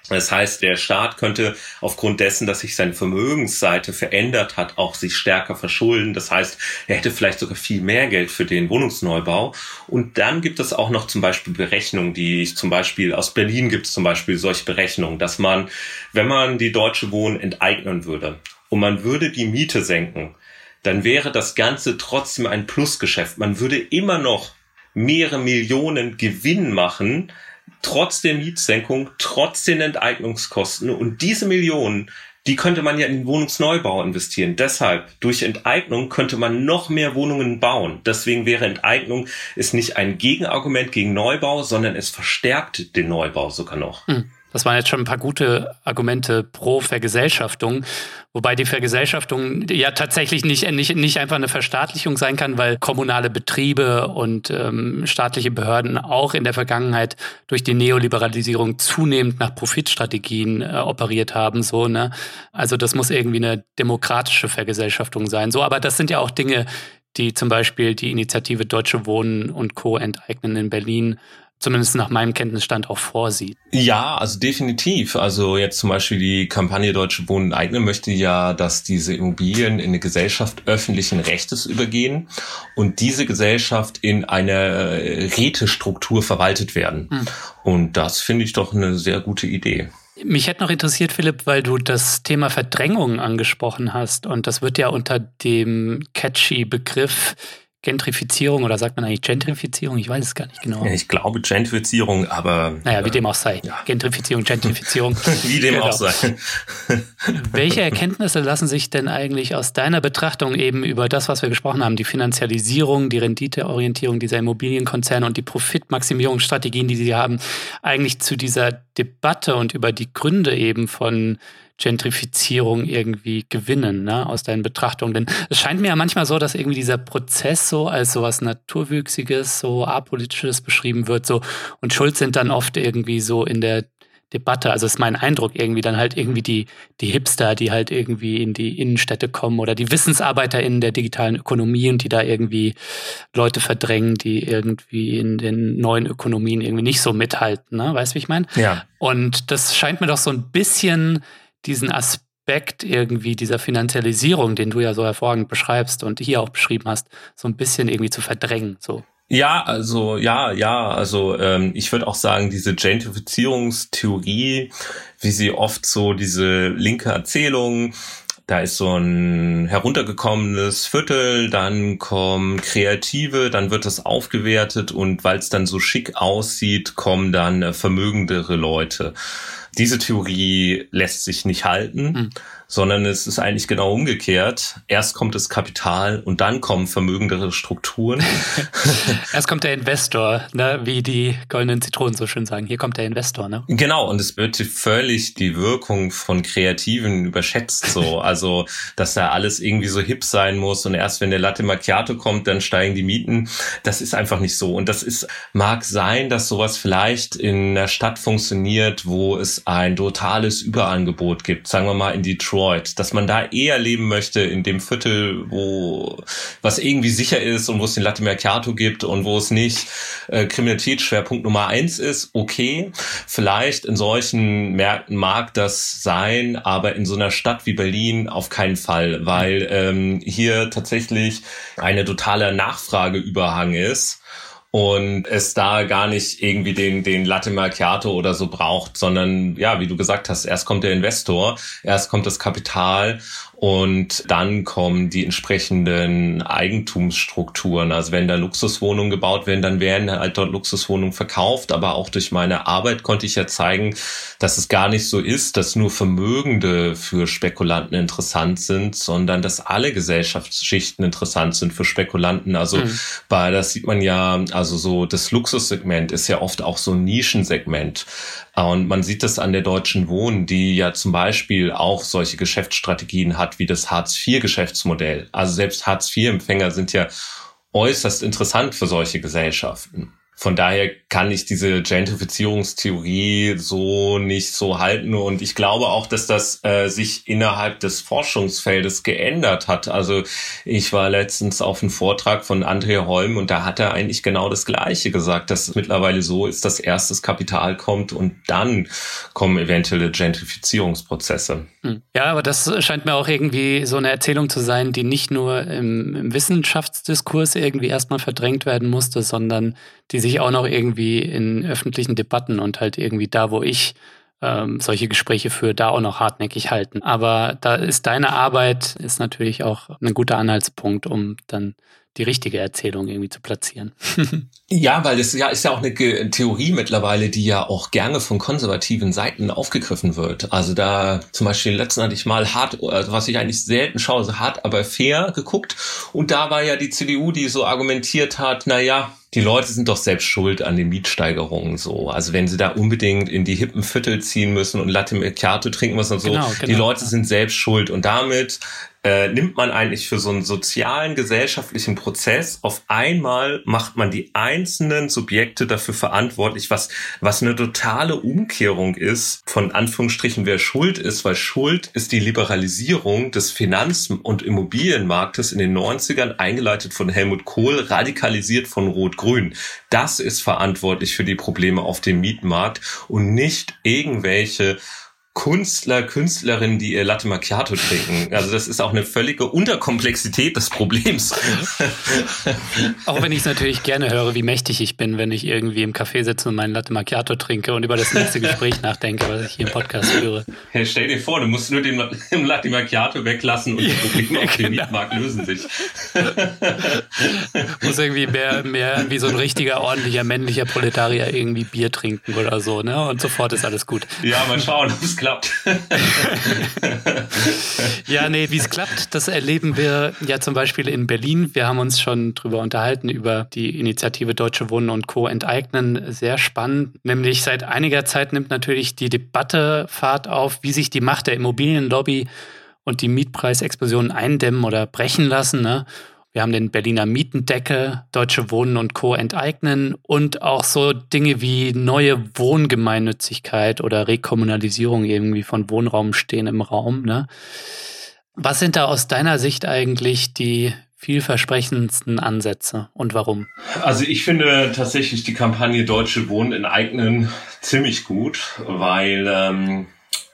Das heißt, der Staat könnte aufgrund dessen, dass sich seine Vermögensseite verändert hat, auch sich stärker verschulden. Das heißt, er hätte vielleicht sogar viel mehr Geld für den Wohnungsneubau. Und dann gibt es auch noch zum Beispiel Berechnungen, die ich zum Beispiel aus Berlin gibt es zum Beispiel solche Berechnungen, dass man, wenn man die Deutsche Wohnen enteignen würde und man würde die Miete senken, dann wäre das Ganze trotzdem ein Plusgeschäft. Man würde immer noch mehrere Millionen Gewinn machen, trotz der Mietsenkung, trotz den Enteignungskosten. Und diese Millionen, die könnte man ja in den Wohnungsneubau investieren. Deshalb, durch Enteignung könnte man noch mehr Wohnungen bauen. Deswegen wäre Enteignung ist nicht ein Gegenargument gegen Neubau, sondern es verstärkt den Neubau sogar noch. Das waren jetzt schon ein paar gute Argumente pro Vergesellschaftung, wobei die Vergesellschaftung ja tatsächlich nicht einfach eine Verstaatlichung sein kann, weil kommunale Betriebe und staatliche Behörden auch in der Vergangenheit durch die Neoliberalisierung zunehmend nach Profitstrategien operiert haben. So, ne? Also das muss irgendwie eine demokratische Vergesellschaftung sein. So, aber das sind ja auch Dinge, die zum Beispiel die Initiative Deutsche Wohnen und Co. enteignen in Berlin zumindest nach meinem Kenntnisstand auch vorsieht. Ja, also definitiv. Also jetzt zum Beispiel die Kampagne Deutsche Wohnen enteignen möchte ja, dass diese Immobilien in eine Gesellschaft öffentlichen Rechtes übergehen und diese Gesellschaft in einer Rätestruktur verwaltet werden. Und das finde ich doch eine sehr gute Idee. Mich hätte noch interessiert, Philipp, weil du das Thema Verdrängung angesprochen hast und das wird ja unter dem catchy Begriff Gentrifizierung oder sagt man eigentlich Gentrifizierung? Ich weiß es gar nicht genau. Ja, ich glaube Gentrifizierung, aber... Naja, wie dem auch sei. Ja. Gentrifizierung. Wie dem auch sei. Welche Erkenntnisse lassen sich denn eigentlich aus deiner Betrachtung eben über das, was wir besprochen haben, die Finanzialisierung, die Renditeorientierung dieser Immobilienkonzerne und die Profitmaximierungsstrategien, die sie haben, eigentlich zu dieser Debatte und über die Gründe eben von Gentrifizierung irgendwie gewinnen, ne, aus deinen Betrachtungen? Denn es scheint mir ja manchmal so, dass irgendwie dieser Prozess so als sowas Naturwüchsiges, so Apolitisches beschrieben wird, so, und schuld sind dann oft irgendwie so in der Debatte. Also ist mein Eindruck irgendwie dann halt irgendwie die Hipster, die halt irgendwie in die Innenstädte kommen oder die WissensarbeiterInnen der digitalen Ökonomie und die da irgendwie Leute verdrängen, die irgendwie in den neuen Ökonomien irgendwie nicht so mithalten, ne? Weißt du, wie ich meine? Ja. Und das scheint mir doch so ein bisschen diesen Aspekt irgendwie dieser Finanzialisierung, den du ja so hervorragend beschreibst und hier auch beschrieben hast, so ein bisschen irgendwie zu verdrängen, so. Ich würde auch sagen, diese Gentrifizierungstheorie, wie sie oft so diese linke Erzählung, da ist so ein heruntergekommenes Viertel, dann kommen Kreative, dann wird das aufgewertet und weil es dann so schick aussieht, kommen dann vermögendere Leute. Diese Theorie lässt sich nicht halten, sondern es ist eigentlich genau umgekehrt. Erst kommt das Kapital und dann kommen vermögendere Strukturen. Erst kommt der Investor, ne? Wie die goldenen Zitronen so schön sagen. Hier kommt der Investor, ne? Genau, und es wird völlig die Wirkung von Kreativen überschätzt, so. Also, dass da alles irgendwie so hip sein muss und erst wenn der Latte Macchiato kommt, dann steigen die Mieten. Das ist einfach nicht so. Und mag sein, dass sowas vielleicht in einer Stadt funktioniert, wo es ein totales Überangebot gibt. Sagen wir mal in Detroit, dass man da eher leben möchte in dem Viertel, was irgendwie sicher ist und wo es den Latte Macchiato gibt und wo es nicht Kriminalitätsschwerpunkt Nummer 1 ist, okay. Vielleicht in solchen Märkten mag das sein, aber in so einer Stadt wie Berlin auf keinen Fall, weil hier tatsächlich eine totale Nachfrageüberhang ist. Und es da gar nicht irgendwie den Latte Macchiato oder so braucht, sondern, ja, wie du gesagt hast, erst kommt der Investor, erst kommt das Kapital und dann kommen die entsprechenden Eigentumsstrukturen. Also wenn da Luxuswohnungen gebaut werden, dann werden halt dort Luxuswohnungen verkauft. Aber auch durch meine Arbeit konnte ich ja zeigen, dass es gar nicht so ist, dass nur Vermögende für Spekulanten interessant sind, sondern dass alle Gesellschaftsschichten interessant sind für Spekulanten. Also das sieht man ja, also so das Luxussegment ist ja oft auch so ein Nischensegment. Und man sieht das an der Deutschen Wohnen, die ja zum Beispiel auch solche Geschäftsstrategien hat wie das Hartz-IV-Geschäftsmodell. Also selbst Hartz-IV-Empfänger sind ja äußerst interessant für solche Gesellschaften. Von daher kann ich diese Gentrifizierungstheorie so nicht so halten. Und ich glaube auch, dass das sich innerhalb des Forschungsfeldes geändert hat. Also ich war letztens auf einem Vortrag von Andrea Holm und da hat er eigentlich genau das Gleiche gesagt, dass es mittlerweile so ist, dass erst das Kapital kommt und dann kommen eventuelle Gentrifizierungsprozesse. Ja, aber das scheint mir auch irgendwie so eine Erzählung zu sein, die nicht nur im Wissenschaftsdiskurs irgendwie erstmal verdrängt werden musste, sondern die sich auch noch irgendwie in öffentlichen Debatten und halt irgendwie da, wo ich solche Gespräche führe, da auch noch hartnäckig halten. Aber da ist deine Arbeit ist natürlich auch ein guter Anhaltspunkt, um dann die richtige Erzählung irgendwie zu platzieren. Ja, weil es ist ja auch eine Theorie mittlerweile, die ja auch gerne von konservativen Seiten aufgegriffen wird. Also da zum Beispiel letzten hatte ich mal was ich eigentlich selten schaue, so Hart aber fair geguckt. Und da war ja die CDU, die so argumentiert hat, die Leute sind doch selbst schuld an den Mietsteigerungen so. Also wenn sie da unbedingt in die hippen Viertel ziehen müssen und Latte Macchiato trinken müssen und so, genau. Die Leute sind selbst schuld. Und damit nimmt man eigentlich für so einen sozialen, gesellschaftlichen Prozess, auf einmal macht man die einzelnen Subjekte dafür verantwortlich, was eine totale Umkehrung ist, von Anführungsstrichen, wer schuld ist, weil Schuld ist die Liberalisierung des Finanz- und Immobilienmarktes in den 90ern, eingeleitet von Helmut Kohl, radikalisiert von Rot-Grün. Das ist verantwortlich für die Probleme auf dem Mietmarkt und nicht irgendwelche Künstlerinnen, die ihr Latte Macchiato trinken. Also das ist auch eine völlige Unterkomplexität des Problems. Auch wenn ich es natürlich gerne höre, wie mächtig ich bin, wenn ich irgendwie im Café sitze und meinen Latte Macchiato trinke und über das nächste Gespräch nachdenke, was ich hier im Podcast führe. Hey, stell dir vor, du musst nur den Latte Macchiato weglassen und die Probleme auf dem Mietmarkt lösen sich. Muss irgendwie mehr wie so ein richtiger, ordentlicher, männlicher Proletarier irgendwie Bier trinken oder so, ne? Und sofort ist alles gut. Ja, mal schauen, ob es klappt. Ja, nee, wie es klappt, das erleben wir ja zum Beispiel in Berlin. Wir haben uns schon drüber unterhalten, über die Initiative Deutsche Wohnen und Co. enteignen. Sehr spannend. Nämlich seit einiger Zeit nimmt natürlich die Debatte Fahrt auf, wie sich die Macht der Immobilienlobby und die Mietpreisexplosionen eindämmen oder brechen lassen, ne? Wir haben den Berliner Mietendeckel, Deutsche Wohnen und Co. enteignen und auch so Dinge wie neue Wohngemeinnützigkeit oder Rekommunalisierung irgendwie von Wohnraum stehen im Raum, ne? Was sind da aus deiner Sicht eigentlich die vielversprechendsten Ansätze und warum? Also ich finde tatsächlich die Kampagne Deutsche Wohnen enteignen ziemlich gut, weil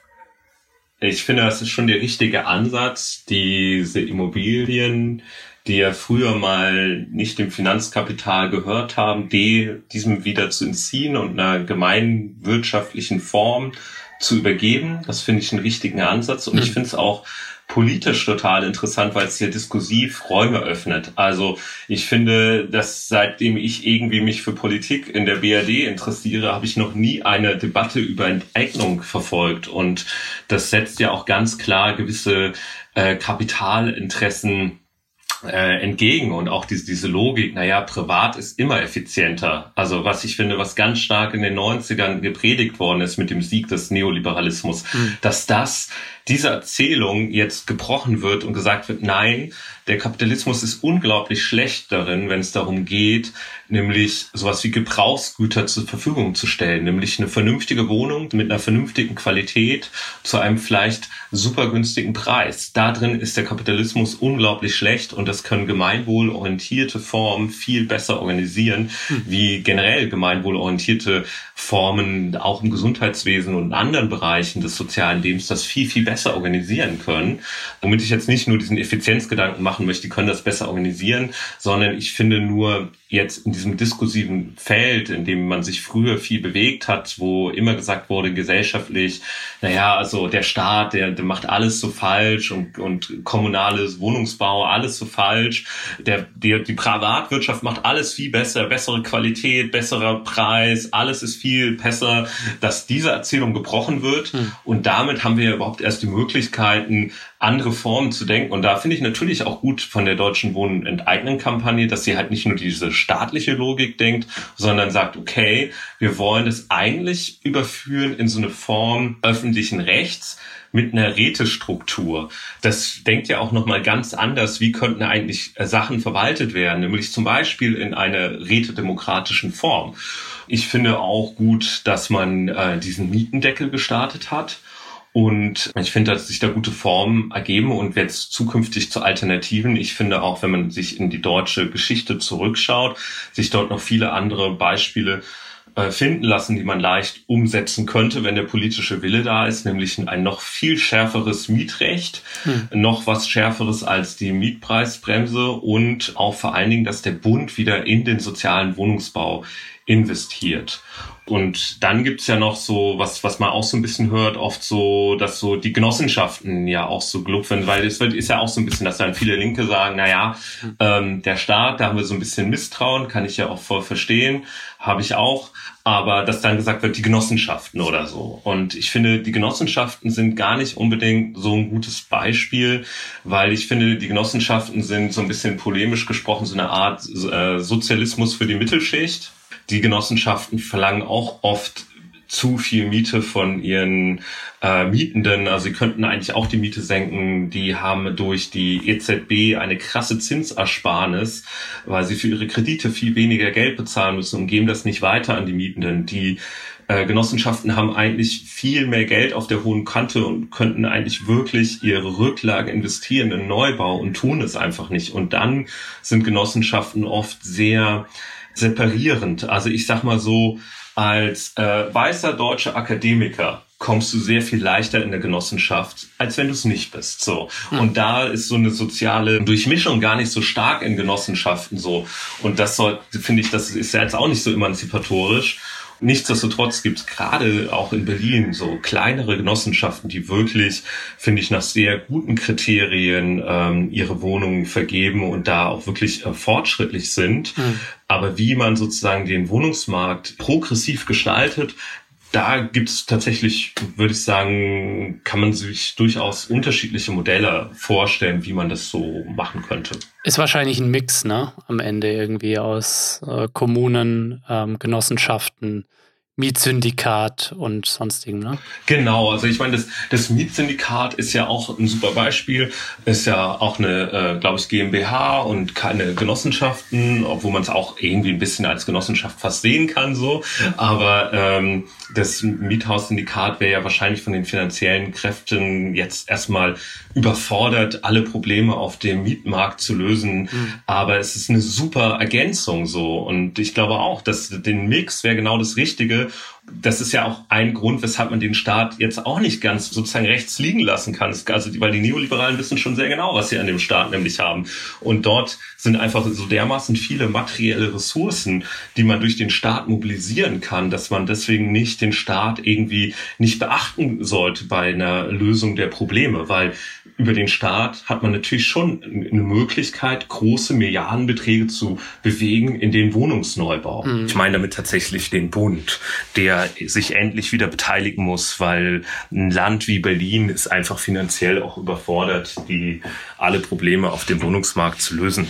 ich finde, das ist schon der richtige Ansatz, diese Immobilien, die ja früher mal nicht dem Finanzkapital gehört haben, diesem wieder zu entziehen und einer gemeinwirtschaftlichen Form zu übergeben. Das finde ich einen richtigen Ansatz und ich finde es auch politisch total interessant, weil es hier diskursiv Räume öffnet. Also ich finde, dass seitdem ich irgendwie mich für Politik in der BRD interessiere, habe ich noch nie eine Debatte über Enteignung verfolgt. Und das setzt ja auch ganz klar gewisse Kapitalinteressen entgegen und auch diese Logik, privat ist immer effizienter. Also was ich finde, was ganz stark in den 90ern gepredigt worden ist mit dem Sieg des Neoliberalismus, dass diese Erzählung jetzt gebrochen wird und gesagt wird, nein, der Kapitalismus ist unglaublich schlecht darin, wenn es darum geht, nämlich sowas wie Gebrauchsgüter zur Verfügung zu stellen, nämlich eine vernünftige Wohnung mit einer vernünftigen Qualität zu einem vielleicht super günstigen Preis. Da drin ist der Kapitalismus unglaublich schlecht und das können gemeinwohlorientierte Formen viel besser organisieren, wie generell gemeinwohlorientierte Formen auch im Gesundheitswesen und in anderen Bereichen des sozialen Lebens das viel, viel besser organisieren können. Womit ich jetzt nicht nur diesen Effizienzgedanken machen möchte, die können das besser organisieren, sondern ich finde nur jetzt in diesem diskursiven Feld, in dem man sich früher viel bewegt hat, wo immer gesagt wurde, gesellschaftlich, also der Staat, der macht alles so falsch und kommunales Wohnungsbau, alles so falsch. Die Privatwirtschaft macht alles viel besser, bessere Qualität, besserer Preis, alles ist viel besser, dass diese Erzählung gebrochen wird. Und damit haben wir ja überhaupt erst die Möglichkeiten, andere Formen zu denken. Und da finde ich natürlich auch gut von der Deutschen Wohnen- und Enteignen-Kampagne, dass sie halt nicht nur diese staatliche Logik denkt, sondern sagt, okay, wir wollen das eigentlich überführen in so eine Form öffentlichen Rechts mit einer Rätestruktur. Das denkt ja auch nochmal ganz anders, wie könnten eigentlich Sachen verwaltet werden, nämlich zum Beispiel in einer rätedemokratischen Form. Ich finde auch gut, dass man diesen Mietendeckel gestartet hat. Und ich finde, dass sich da gute Formen ergeben und jetzt zukünftig zu Alternativen. Ich finde auch, wenn man sich in die deutsche Geschichte zurückschaut, sich dort noch viele andere Beispiele finden lassen, die man leicht umsetzen könnte, wenn der politische Wille da ist, nämlich ein noch viel schärferes Mietrecht, noch was Schärferes als die Mietpreisbremse und auch vor allen Dingen, dass der Bund wieder in den sozialen Wohnungsbau investiert. Und dann gibt's ja noch so, was man auch so ein bisschen hört, oft so, dass so die Genossenschaften ja auch so gelobt werden, weil es ist ja auch so ein bisschen, dass dann viele Linke sagen, der Staat, da haben wir so ein bisschen Misstrauen, kann ich ja auch voll verstehen, habe ich auch, aber dass dann gesagt wird, die Genossenschaften oder so. Und ich finde, die Genossenschaften sind gar nicht unbedingt so ein gutes Beispiel, weil ich finde, die Genossenschaften sind so ein bisschen polemisch gesprochen, so eine Art Sozialismus für die Mittelschicht. Die Genossenschaften verlangen auch oft zu viel Miete von ihren Mietenden. Also sie könnten eigentlich auch die Miete senken. Die haben durch die EZB eine krasse Zinsersparnis, weil sie für ihre Kredite viel weniger Geld bezahlen müssen und geben das nicht weiter an die Mietenden. Die Genossenschaften haben eigentlich viel mehr Geld auf der hohen Kante und könnten eigentlich wirklich ihre Rücklage investieren in Neubau und tun es einfach nicht. Und dann sind Genossenschaften oft sehr separierend. Also ich sag mal so, als weißer deutscher Akademiker kommst du sehr viel leichter in der Genossenschaft, als wenn du es nicht bist. So. Und da ist so eine soziale Durchmischung gar nicht so stark in Genossenschaften so. Und das finde ich, das ist ja jetzt auch nicht so emanzipatorisch. Nichtsdestotrotz gibt es gerade auch in Berlin so kleinere Genossenschaften, die wirklich, finde ich, nach sehr guten Kriterien ihre Wohnungen vergeben und da auch wirklich fortschrittlich sind. Aber wie man sozusagen den Wohnungsmarkt progressiv gestaltet, da gibt es tatsächlich, würde ich sagen, kann man sich durchaus unterschiedliche Modelle vorstellen, wie man das so machen könnte. Ist wahrscheinlich ein Mix, ne? Am Ende irgendwie aus Kommunen, Genossenschaften, Mietsyndikat und sonstigem, ne? Genau, also ich meine, das Mietsyndikat ist ja auch ein super Beispiel, ist ja auch eine, glaube ich, GmbH und keine Genossenschaften, obwohl man es auch irgendwie ein bisschen als Genossenschaft fast sehen kann, so. Aber das Miethaussyndikat wäre ja wahrscheinlich von den finanziellen Kräften jetzt erstmal überfordert, alle Probleme auf dem Mietmarkt zu lösen. Aber es ist eine super Ergänzung so. Und ich glaube auch, dass den Mix wäre genau das Richtige. Das ist ja auch ein Grund, weshalb man den Staat jetzt auch nicht ganz sozusagen rechts liegen lassen kann. Also, weil die Neoliberalen wissen schon sehr genau, was sie an dem Staat nämlich haben. Und dort sind einfach so dermaßen viele materielle Ressourcen, die man durch den Staat mobilisieren kann, dass man deswegen nicht den Staat irgendwie nicht beachten sollte bei einer Lösung der Probleme, weil über den Staat hat man natürlich schon eine Möglichkeit, große Milliardenbeträge zu bewegen in den Wohnungsneubau. Ich meine damit tatsächlich den Bund, der sich endlich wieder beteiligen muss, weil ein Land wie Berlin ist einfach finanziell auch überfordert, alle Probleme auf dem Wohnungsmarkt zu lösen.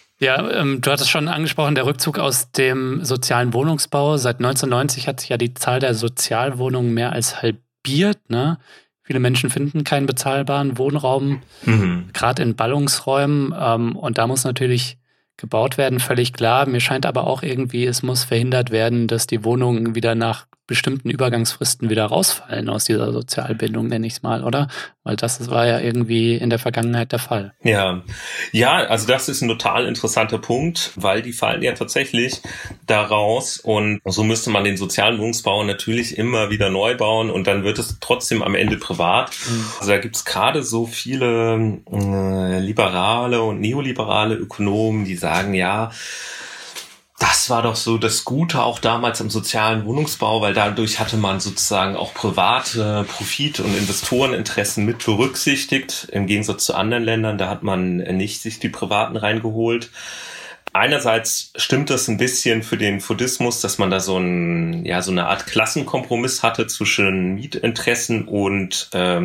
Ja, du hattest schon angesprochen, der Rückzug aus dem sozialen Wohnungsbau. Seit 1990 hat sich ja die Zahl der Sozialwohnungen mehr als halbiert, ne? Viele Menschen finden keinen bezahlbaren Wohnraum, gerade in Ballungsräumen. Und da muss natürlich gebaut werden, völlig klar. Mir scheint aber auch irgendwie, es muss verhindert werden, dass die Wohnungen wieder nach bestimmten Übergangsfristen wieder rausfallen aus dieser Sozialbindung, nenne ich es mal, oder? Weil das war ja irgendwie in der Vergangenheit der Fall. Ja, also das ist ein total interessanter Punkt, weil die fallen ja tatsächlich da raus und so müsste man den sozialen Wohnungsbau natürlich immer wieder neu bauen und dann wird es trotzdem am Ende privat. Also da gibt's gerade so viele liberale und neoliberale Ökonomen, die sagen, ja, das war doch so das Gute auch damals im sozialen Wohnungsbau, weil dadurch hatte man sozusagen auch private Profit- und Investoreninteressen mit berücksichtigt, im Gegensatz zu anderen Ländern. Da hat man nicht sich die Privaten reingeholt. Einerseits stimmt das ein bisschen für den Fordismus, dass man da so eine Art Klassenkompromiss hatte zwischen Mietinteressen und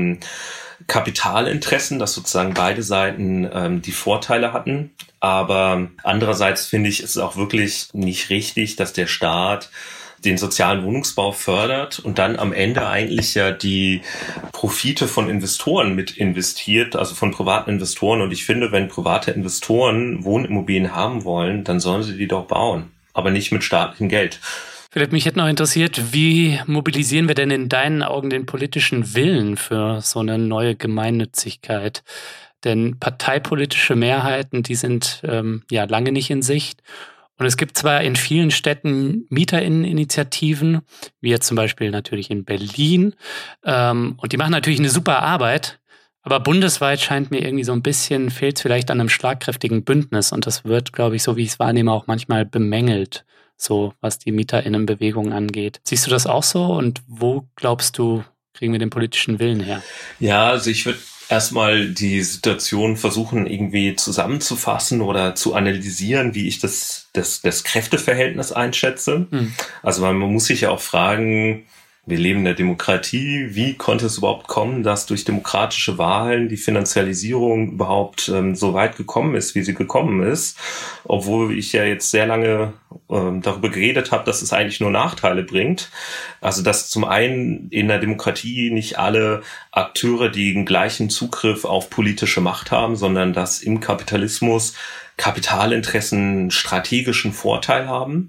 Kapitalinteressen, dass sozusagen beide Seiten die Vorteile hatten. Aber andererseits finde ich, ist es auch wirklich nicht richtig, dass der Staat den sozialen Wohnungsbau fördert und dann am Ende eigentlich ja die Profite von Investoren mit investiert, also von privaten Investoren. Und ich finde, wenn private Investoren Wohnimmobilien haben wollen, dann sollen sie die doch bauen, aber nicht mit staatlichem Geld. Philipp, mich hätte noch interessiert, wie mobilisieren wir denn in deinen Augen den politischen Willen für so eine neue Gemeinnützigkeit? Denn parteipolitische Mehrheiten, die sind lange nicht in Sicht. Und es gibt zwar in vielen Städten MieterInneninitiativen, wie jetzt zum Beispiel natürlich in Berlin, und die machen natürlich eine super Arbeit, aber bundesweit scheint mir irgendwie so ein bisschen, fehlt es vielleicht an einem schlagkräftigen Bündnis. Und das wird, glaube ich, so wie ich es wahrnehme, auch manchmal bemängelt, so was die MieterInnenbewegung angeht. Siehst du das auch so? Und wo glaubst du, kriegen wir den politischen Willen her? Ja, also ich würde erstmal die Situation versuchen, irgendwie zusammenzufassen oder zu analysieren, wie ich das Kräfteverhältnis einschätze. Also man muss sich ja auch fragen, wir leben in der Demokratie, wie konnte es überhaupt kommen, dass durch demokratische Wahlen die Finanzialisierung überhaupt so weit gekommen ist, wie sie gekommen ist, obwohl ich ja jetzt sehr lange darüber geredet habe, dass es eigentlich nur Nachteile bringt. Also dass zum einen in der Demokratie nicht alle Akteure den gleichen Zugriff auf politische Macht haben, sondern dass im Kapitalismus Kapitalinteressen strategischen Vorteil haben.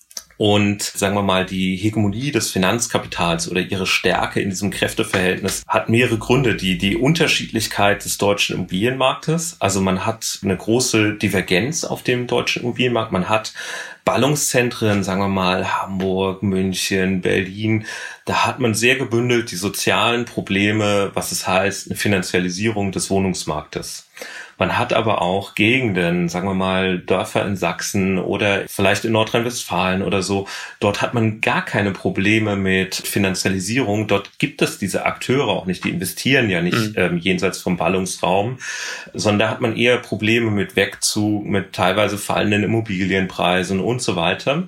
Und sagen wir mal, die Hegemonie des Finanzkapitals oder ihre Stärke in diesem Kräfteverhältnis hat mehrere Gründe. Die Unterschiedlichkeit des deutschen Immobilienmarktes. Also man hat eine große Divergenz auf dem deutschen Immobilienmarkt. Man hat Ballungszentren, sagen wir mal Hamburg, München, Berlin. Da hat man sehr gebündelt die sozialen Probleme, was es heißt, eine Finanzialisierung des Wohnungsmarktes. Man hat aber auch Gegenden, sagen wir mal Dörfer in Sachsen oder vielleicht in Nordrhein-Westfalen oder so. Dort hat man gar keine Probleme mit Finanzialisierung. Dort gibt es diese Akteure auch nicht. Die investieren ja nicht jenseits vom Ballungsraum, sondern da hat man eher Probleme mit Wegzug, mit teilweise fallenden Immobilienpreisen und so weiter.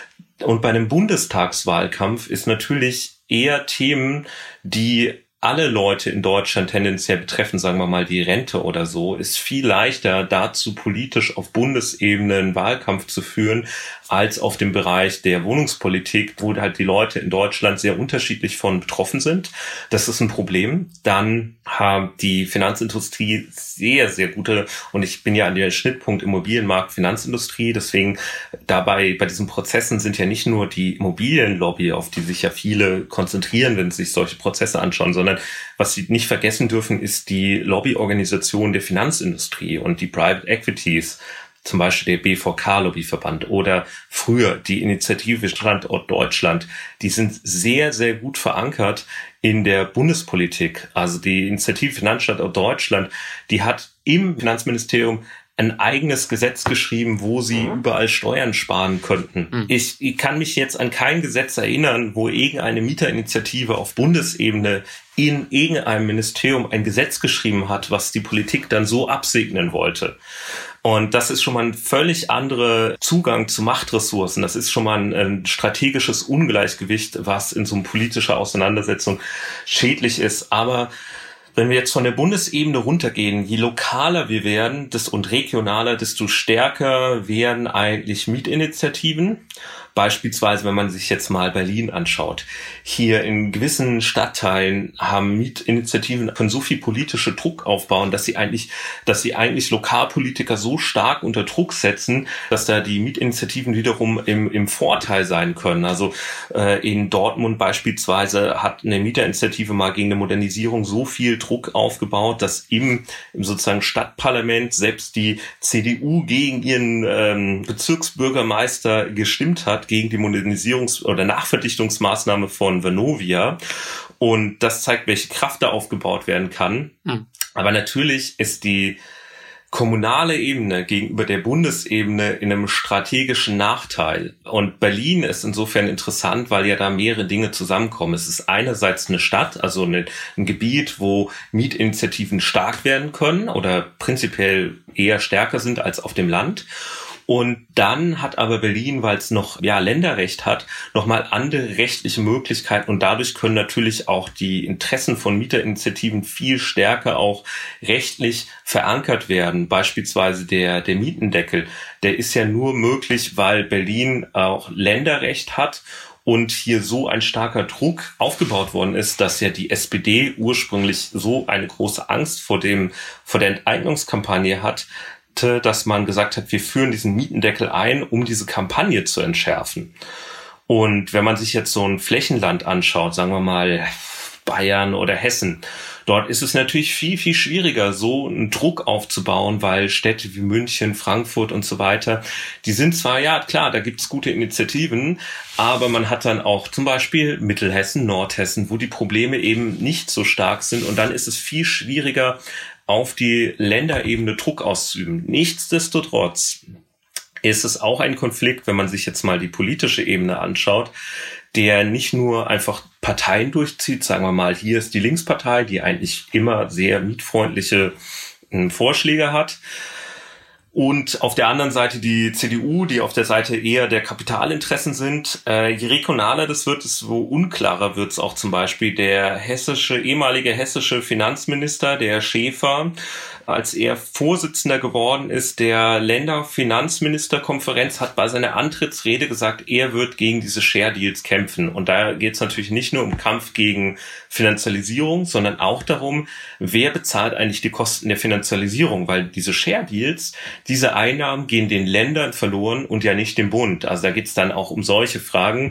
Und bei einem Bundestagswahlkampf ist natürlich eher Themen, die alle Leute in Deutschland tendenziell betreffen, sagen wir mal die Rente oder so, ist viel leichter dazu politisch auf Bundesebene einen Wahlkampf zu führen, als auf dem Bereich der Wohnungspolitik, wo halt die Leute in Deutschland sehr unterschiedlich von betroffen sind. Das ist ein Problem. Dann hat die Finanzindustrie sehr, sehr gute, und ich bin ja an der Schnittpunkt Immobilienmarkt, Finanzindustrie, deswegen dabei bei diesen Prozessen sind ja nicht nur die Immobilienlobby, auf die sich ja viele konzentrieren, wenn sie sich solche Prozesse anschauen, sondern was sie nicht vergessen dürfen, ist die Lobbyorganisation der Finanzindustrie und die Private Equities, zum Beispiel der BVK-Lobbyverband oder früher die Initiative Standort Deutschland. Die sind sehr, sehr gut verankert in der Bundespolitik. Also die Initiative Finanzstandort Deutschland, die hat im Finanzministerium ein eigenes Gesetz geschrieben, wo sie überall Steuern sparen könnten. Ich kann mich jetzt an kein Gesetz erinnern, wo irgendeine Mieterinitiative auf Bundesebene in irgendeinem Ministerium ein Gesetz geschrieben hat, was die Politik dann so absegnen wollte. Und das ist schon mal ein völlig anderer Zugang zu Machtressourcen. Das ist schon mal ein strategisches Ungleichgewicht, was in so einer politischen Auseinandersetzung schädlich ist. Aber wenn wir jetzt von der Bundesebene runtergehen, je lokaler wir werden und regionaler, desto stärker werden eigentlich Mietinitiativen. Beispielsweise, wenn man sich jetzt mal Berlin anschaut. Hier in gewissen Stadtteilen haben Mietinitiativen können so viel politische Druck aufbauen, dass sie eigentlich Lokalpolitiker so stark unter Druck setzen, dass da die Mietinitiativen wiederum im Vorteil sein können. Also in Dortmund beispielsweise hat eine Mieterinitiative mal gegen eine Modernisierung so viel Druck aufgebaut, dass im sozusagen Stadtparlament selbst die CDU gegen ihren Bezirksbürgermeister gestimmt hat, gegen die Modernisierungs- oder Nachverdichtungsmaßnahme von Vonovia. Und das zeigt, welche Kraft da aufgebaut werden kann. Aber natürlich ist die kommunale Ebene gegenüber der Bundesebene in einem strategischen Nachteil. Und Berlin ist insofern interessant, weil ja da mehrere Dinge zusammenkommen. Es ist einerseits eine Stadt, also ein Gebiet, wo Mietinitiativen stark werden können oder prinzipiell eher stärker sind als auf dem Land. Und dann hat aber Berlin, weil es noch Länderrecht hat, nochmal andere rechtliche Möglichkeiten und dadurch können natürlich auch die Interessen von Mieterinitiativen viel stärker auch rechtlich verankert werden. Beispielsweise der Mietendeckel, der ist ja nur möglich, weil Berlin auch Länderrecht hat und hier so ein starker Druck aufgebaut worden ist, dass ja die SPD ursprünglich so eine große Angst vor der Enteignungskampagne hat, dass man gesagt hat, wir führen diesen Mietendeckel ein, um diese Kampagne zu entschärfen. Und wenn man sich jetzt so ein Flächenland anschaut, sagen wir mal Bayern oder Hessen, dort ist es natürlich viel, viel schwieriger, so einen Druck aufzubauen, weil Städte wie München, Frankfurt und so weiter, die sind zwar, ja klar, da gibt es gute Initiativen, aber man hat dann auch zum Beispiel Mittelhessen, Nordhessen, wo die Probleme eben nicht so stark sind und dann ist es viel schwieriger, auf die Länderebene Druck auszuüben. Nichtsdestotrotz ist es auch ein Konflikt, wenn man sich jetzt mal die politische Ebene anschaut, der nicht nur einfach Parteien durchzieht, sagen wir mal, hier ist die Linkspartei, die eigentlich immer sehr mietfreundliche Vorschläge hat. Und auf der anderen Seite die CDU, die auf der Seite eher der Kapitalinteressen sind. Je regionaler das wird, desto unklarer wird es auch zum Beispiel. Der ehemalige hessische Finanzminister, der Schäfer, als er Vorsitzender geworden ist der Länderfinanzministerkonferenz, hat bei seiner Antrittsrede gesagt, er wird gegen diese Share Deals kämpfen. Und da geht es natürlich nicht nur um Kampf gegen Finanzialisierung, sondern auch darum, wer bezahlt eigentlich die Kosten der Finanzialisierung, weil diese Share Deals, diese Einnahmen gehen den Ländern verloren und ja nicht dem Bund. Also da geht es dann auch um solche Fragen.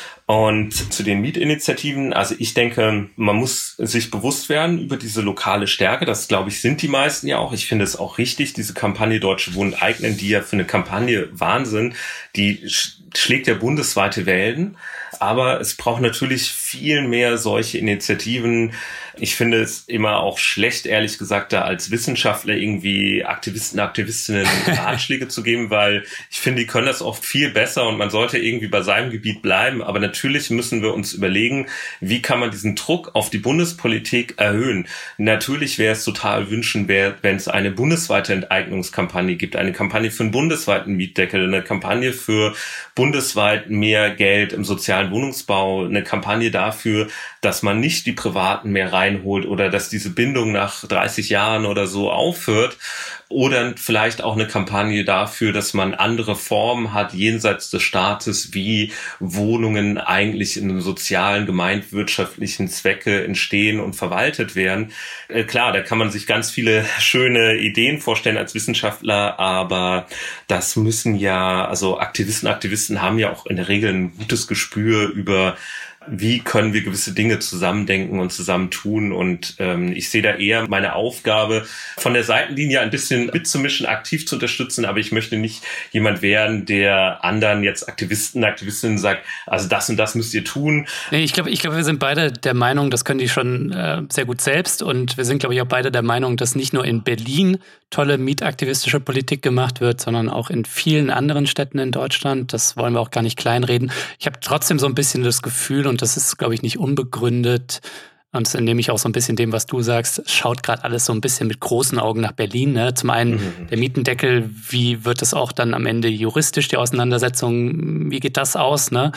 Und zu den Mietinitiativen, also ich denke, man muss sich bewusst werden über diese lokale Stärke. Das, glaube ich, sind die meisten ja auch. Ich finde es auch richtig, diese Kampagne Deutsche Wohnen eignen, die ja für eine Kampagne Wahnsinn, die schlägt ja bundesweite Wellen. Aber es braucht natürlich viel mehr solche Initiativen. Ich finde es immer auch schlecht, ehrlich gesagt, da als Wissenschaftler irgendwie Aktivistinnen Ratschläge zu geben, weil ich finde, die können das oft viel besser und man sollte irgendwie bei seinem Gebiet bleiben. Aber natürlich müssen wir uns überlegen, wie kann man diesen Druck auf die Bundespolitik erhöhen. Natürlich wäre es total wünschenswert, wenn es eine bundesweite Enteignungskampagne gibt, eine Kampagne für einen bundesweiten Mietdeckel, eine Kampagne für bundesweit mehr Geld im sozialen Wohnungsbau, eine Kampagne dafür, dass man nicht die Privaten mehr reinholt oder dass diese Bindung nach 30 Jahren oder so aufhört. Oder vielleicht auch eine Kampagne dafür, dass man andere Formen hat, jenseits des Staates, wie Wohnungen eigentlich in einem sozialen, gemeinwirtschaftlichen Zwecke entstehen und verwaltet werden. Klar, da kann man sich ganz viele schöne Ideen vorstellen als Wissenschaftler, aber das müssen ja, also Aktivisten haben ja auch in der Regel ein gutes Gespür über, wie können wir gewisse Dinge zusammendenken und zusammentun. Und ich sehe da eher meine Aufgabe, von der Seitenlinie ein bisschen mitzumischen, aktiv zu unterstützen. Aber ich möchte nicht jemand werden, der anderen jetzt Aktivistinnen sagt, also das und das müsst ihr tun. Nee, ich glaube, wir sind beide der Meinung, das können die schon sehr gut selbst. Und wir sind, glaube ich, auch beide der Meinung, dass nicht nur in Berlin tolle mietaktivistische Politik gemacht wird, sondern auch in vielen anderen Städten in Deutschland. Das wollen wir auch gar nicht kleinreden. Ich habe trotzdem so ein bisschen das Gefühl, und das ist, glaube ich, nicht unbegründet, und das entnehme ich auch so ein bisschen dem, was du sagst, schaut gerade alles so ein bisschen mit großen Augen nach Berlin. Ne? Zum einen der Mietendeckel, wie wird es auch dann am Ende juristisch, die Auseinandersetzung, wie geht das aus? Ne?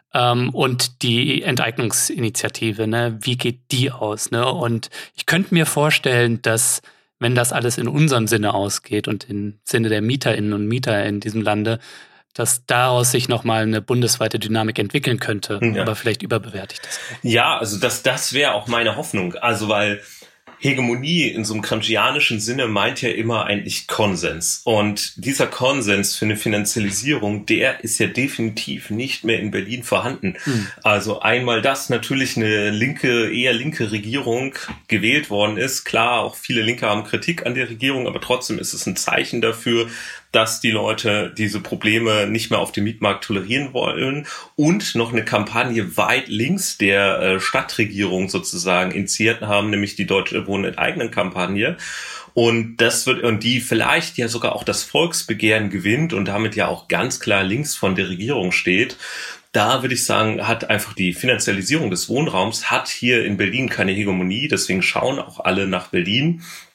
Und die Enteignungsinitiative, ne? Wie geht die aus? Ne? Und ich könnte mir vorstellen, dass wenn das alles in unserem Sinne ausgeht und im Sinne der Mieterinnen und Mieter in diesem Lande, dass daraus sich nochmal eine bundesweite Dynamik entwickeln könnte. Ja. Aber vielleicht überbewerte ich das auch. Ja, also das wäre auch meine Hoffnung. Also weil Hegemonie in so einem kantianischen Sinne meint ja immer eigentlich Konsens. Und dieser Konsens für eine Finanzialisierung, der ist ja definitiv nicht mehr in Berlin vorhanden. Also einmal, dass natürlich eine eher linke Regierung gewählt worden ist. Klar, auch viele Linke haben Kritik an der Regierung, aber trotzdem ist es ein Zeichen dafür, dass die Leute diese Probleme nicht mehr auf dem Mietmarkt tolerieren wollen und noch eine Kampagne weit links der Stadtregierung sozusagen initiiert haben, nämlich die Deutsche Wohnen enteignen Kampagne. Und die vielleicht ja sogar auch das Volksbegehren gewinnt und damit ja auch ganz klar links von der Regierung steht. Da würde ich sagen, hat einfach die Finanzialisierung des Wohnraums hat hier in Berlin keine Hegemonie. Deswegen schauen auch alle nach Berlin.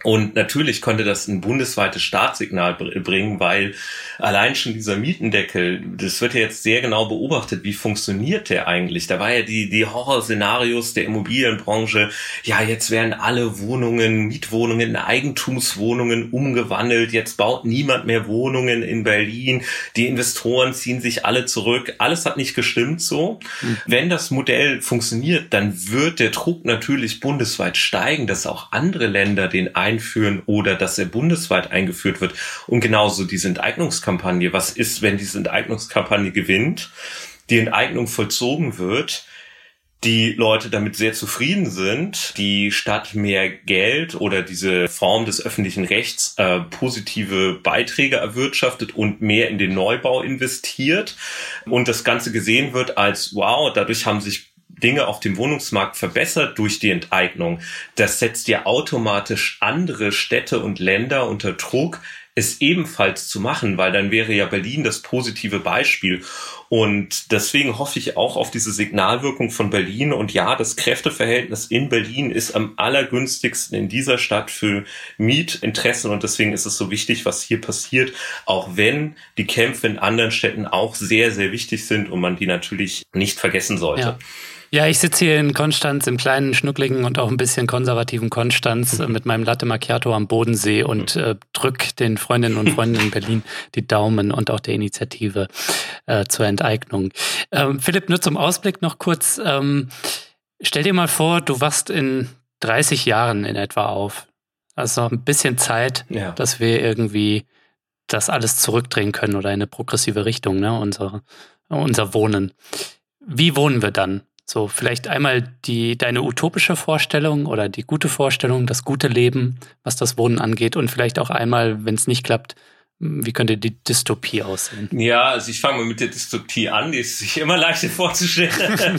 Und natürlich könnte das ein bundesweites Startsignal bringen, weil allein schon dieser Mietendeckel, das wird ja jetzt sehr genau beobachtet, wie funktioniert der eigentlich? Da war ja die Horrorszenarios der Immobilienbranche, ja, jetzt werden alle Wohnungen, Mietwohnungen in Eigentumswohnungen umgewandelt, jetzt baut niemand mehr Wohnungen in Berlin, die Investoren ziehen sich alle zurück, alles hat nicht gestimmt so. Wenn das Modell funktioniert, dann wird der Druck natürlich bundesweit steigen, dass auch andere Länder den einführen oder dass er bundesweit eingeführt wird. Und genauso diese Enteignungskampagne. Was ist, wenn diese Enteignungskampagne gewinnt, die Enteignung vollzogen wird, die Leute damit sehr zufrieden sind, die Stadt mehr Geld oder diese Form des öffentlichen Rechts positive Beiträge erwirtschaftet und mehr in den Neubau investiert und das Ganze gesehen wird als, wow, dadurch haben sich Dinge auf dem Wohnungsmarkt verbessert durch die Enteignung. Das setzt ja automatisch andere Städte und Länder unter Druck, es ebenfalls zu machen, weil dann wäre ja Berlin das positive Beispiel. Und deswegen hoffe ich auch auf diese Signalwirkung von Berlin. Und ja, das Kräfteverhältnis in Berlin ist am allergünstigsten in dieser Stadt für Mietinteressen. Und deswegen ist es so wichtig, was hier passiert, auch wenn die Kämpfe in anderen Städten auch sehr, sehr wichtig sind und man die natürlich nicht vergessen sollte. Ja. Ja, ich sitze hier in Konstanz, im kleinen, schnuckligen und auch ein bisschen konservativen Konstanz mit meinem Latte Macchiato am Bodensee und drück den Freundinnen und Freunden in Berlin die Daumen und auch der Initiative zur Enteignung. Philipp, nur zum Ausblick noch kurz. Stell dir mal vor, du wachst in 30 Jahren in etwa auf. Also noch ein bisschen Zeit, dass wir irgendwie das alles zurückdrehen können oder in eine progressive Richtung, ne? Unser Wohnen. Wie wohnen wir dann? So, vielleicht einmal deine utopische Vorstellung oder die gute Vorstellung, das gute Leben, was das Wohnen angeht und vielleicht auch einmal, wenn es nicht klappt, wie könnte die Dystopie aussehen? Ja, also ich fange mal mit der Dystopie an, die ist sich immer leichter vorzustellen.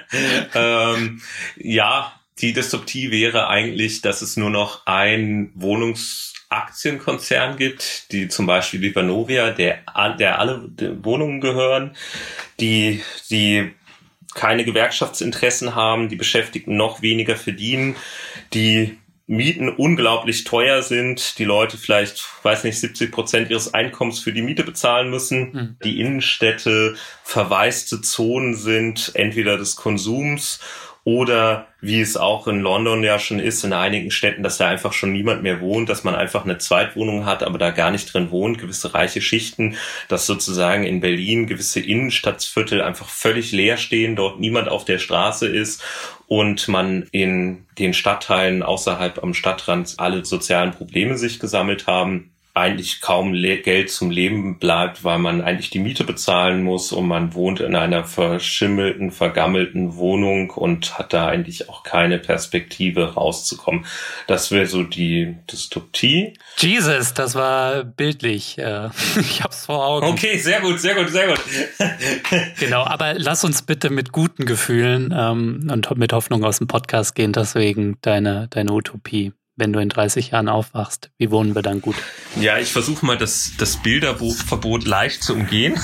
Die Dystopie wäre eigentlich, dass es nur noch ein Wohnungsaktienkkonzern gibt, die zum Beispiel die Vonovia, der alle Wohnungen gehören, die keine Gewerkschaftsinteressen haben, die Beschäftigten noch weniger verdienen, die Mieten unglaublich teuer sind, die Leute vielleicht, 70% ihres Einkommens für die Miete bezahlen müssen, die Innenstädte verwaiste Zonen sind, entweder des Konsums oder wie es auch in London ja schon ist, in einigen Städten, dass da einfach schon niemand mehr wohnt, dass man einfach eine Zweitwohnung hat, aber da gar nicht drin wohnt, gewisse reiche Schichten, dass sozusagen in Berlin gewisse Innenstadtviertel einfach völlig leer stehen, dort niemand auf der Straße ist und man in den Stadtteilen außerhalb am Stadtrand alle sozialen Probleme sich gesammelt haben, eigentlich kaum Geld zum Leben bleibt, weil man eigentlich die Miete bezahlen muss und man wohnt in einer verschimmelten, vergammelten Wohnung und hat da eigentlich auch keine Perspektive rauszukommen. Das wäre so die Dystopie. Jesus, das war bildlich. Ich hab's vor Augen. Okay, sehr gut. Genau, aber lass uns bitte mit guten Gefühlen und mit Hoffnung aus dem Podcast gehen, deswegen deine Utopie. Wenn du in 30 Jahren aufwachst, wie wohnen wir dann gut? Ja, ich versuche mal das Bilderbuchverbot leicht zu umgehen.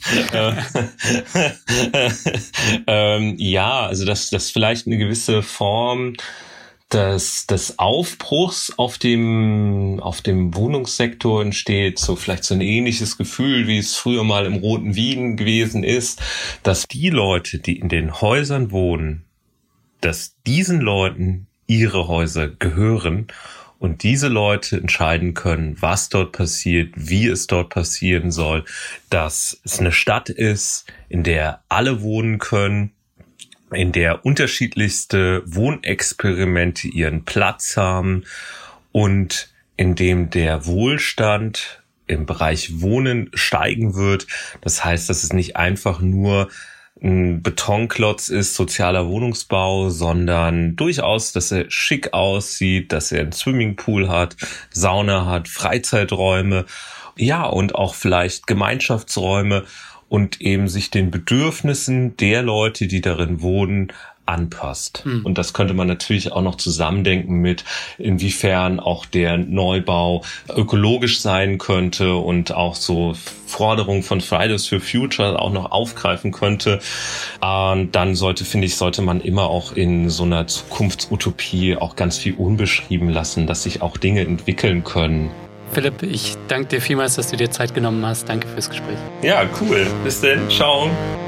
Also dass vielleicht eine gewisse Form des Aufbruchs auf dem Wohnungssektor entsteht, so vielleicht so ein ähnliches Gefühl, wie es früher mal im Roten Wien gewesen ist, dass die Leute, die in den Häusern wohnen, dass diesen Leuten ihre Häuser gehören und diese Leute entscheiden können, was dort passiert, wie es dort passieren soll, dass es eine Stadt ist, in der alle wohnen können, in der unterschiedlichste Wohnexperimente ihren Platz haben und in dem der Wohlstand im Bereich Wohnen steigen wird. Das heißt, dass es nicht einfach nur ein Betonklotz ist, sozialer Wohnungsbau, sondern durchaus, dass er schick aussieht, dass er einen Swimmingpool hat, Sauna hat, Freizeiträume, ja, und auch vielleicht Gemeinschaftsräume und eben sich den Bedürfnissen der Leute, die darin wohnen, anpasst. Und das könnte man natürlich auch noch zusammendenken mit, inwiefern auch der Neubau ökologisch sein könnte und auch so Forderungen von Fridays for Future auch noch aufgreifen könnte. Und dann sollte man immer auch in so einer Zukunftsutopie auch ganz viel unbeschrieben lassen, dass sich auch Dinge entwickeln können. Philipp, ich danke dir vielmals, dass du dir Zeit genommen hast. Danke fürs Gespräch. Ja, cool. Bis dann. Ciao.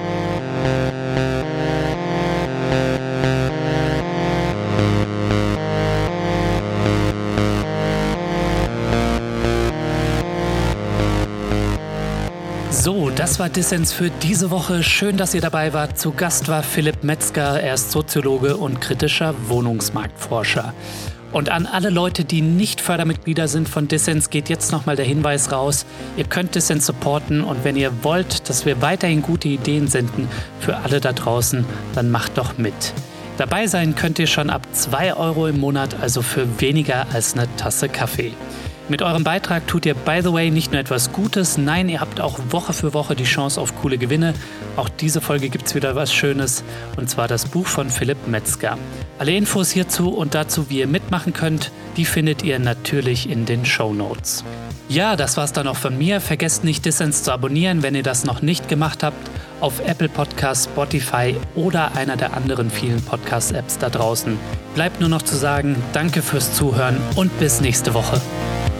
So, das war Dissens für diese Woche. Schön, dass ihr dabei wart. Zu Gast war Philipp Metzger. Er ist Soziologe und kritischer Wohnungsmarktforscher. Und an alle Leute, die nicht Fördermitglieder sind von Dissens, geht jetzt nochmal der Hinweis raus. Ihr könnt Dissens supporten und wenn ihr wollt, dass wir weiterhin gute Ideen senden für alle da draußen, dann macht doch mit. Dabei sein könnt ihr schon ab 2 € im Monat, also für weniger als eine Tasse Kaffee. Mit eurem Beitrag tut ihr, by the way, nicht nur etwas Gutes, nein, ihr habt auch Woche für Woche die Chance auf coole Gewinne. Auch diese Folge gibt's wieder was Schönes, und zwar das Buch von Philipp Metzger. Alle Infos hierzu und dazu, wie ihr mitmachen könnt, die findet ihr natürlich in den Shownotes. Ja, das war's dann auch von mir. Vergesst nicht, Dissens zu abonnieren, wenn ihr das noch nicht gemacht habt, auf Apple Podcasts, Spotify oder einer der anderen vielen Podcast-Apps da draußen. Bleibt nur noch zu sagen, danke fürs Zuhören und bis nächste Woche.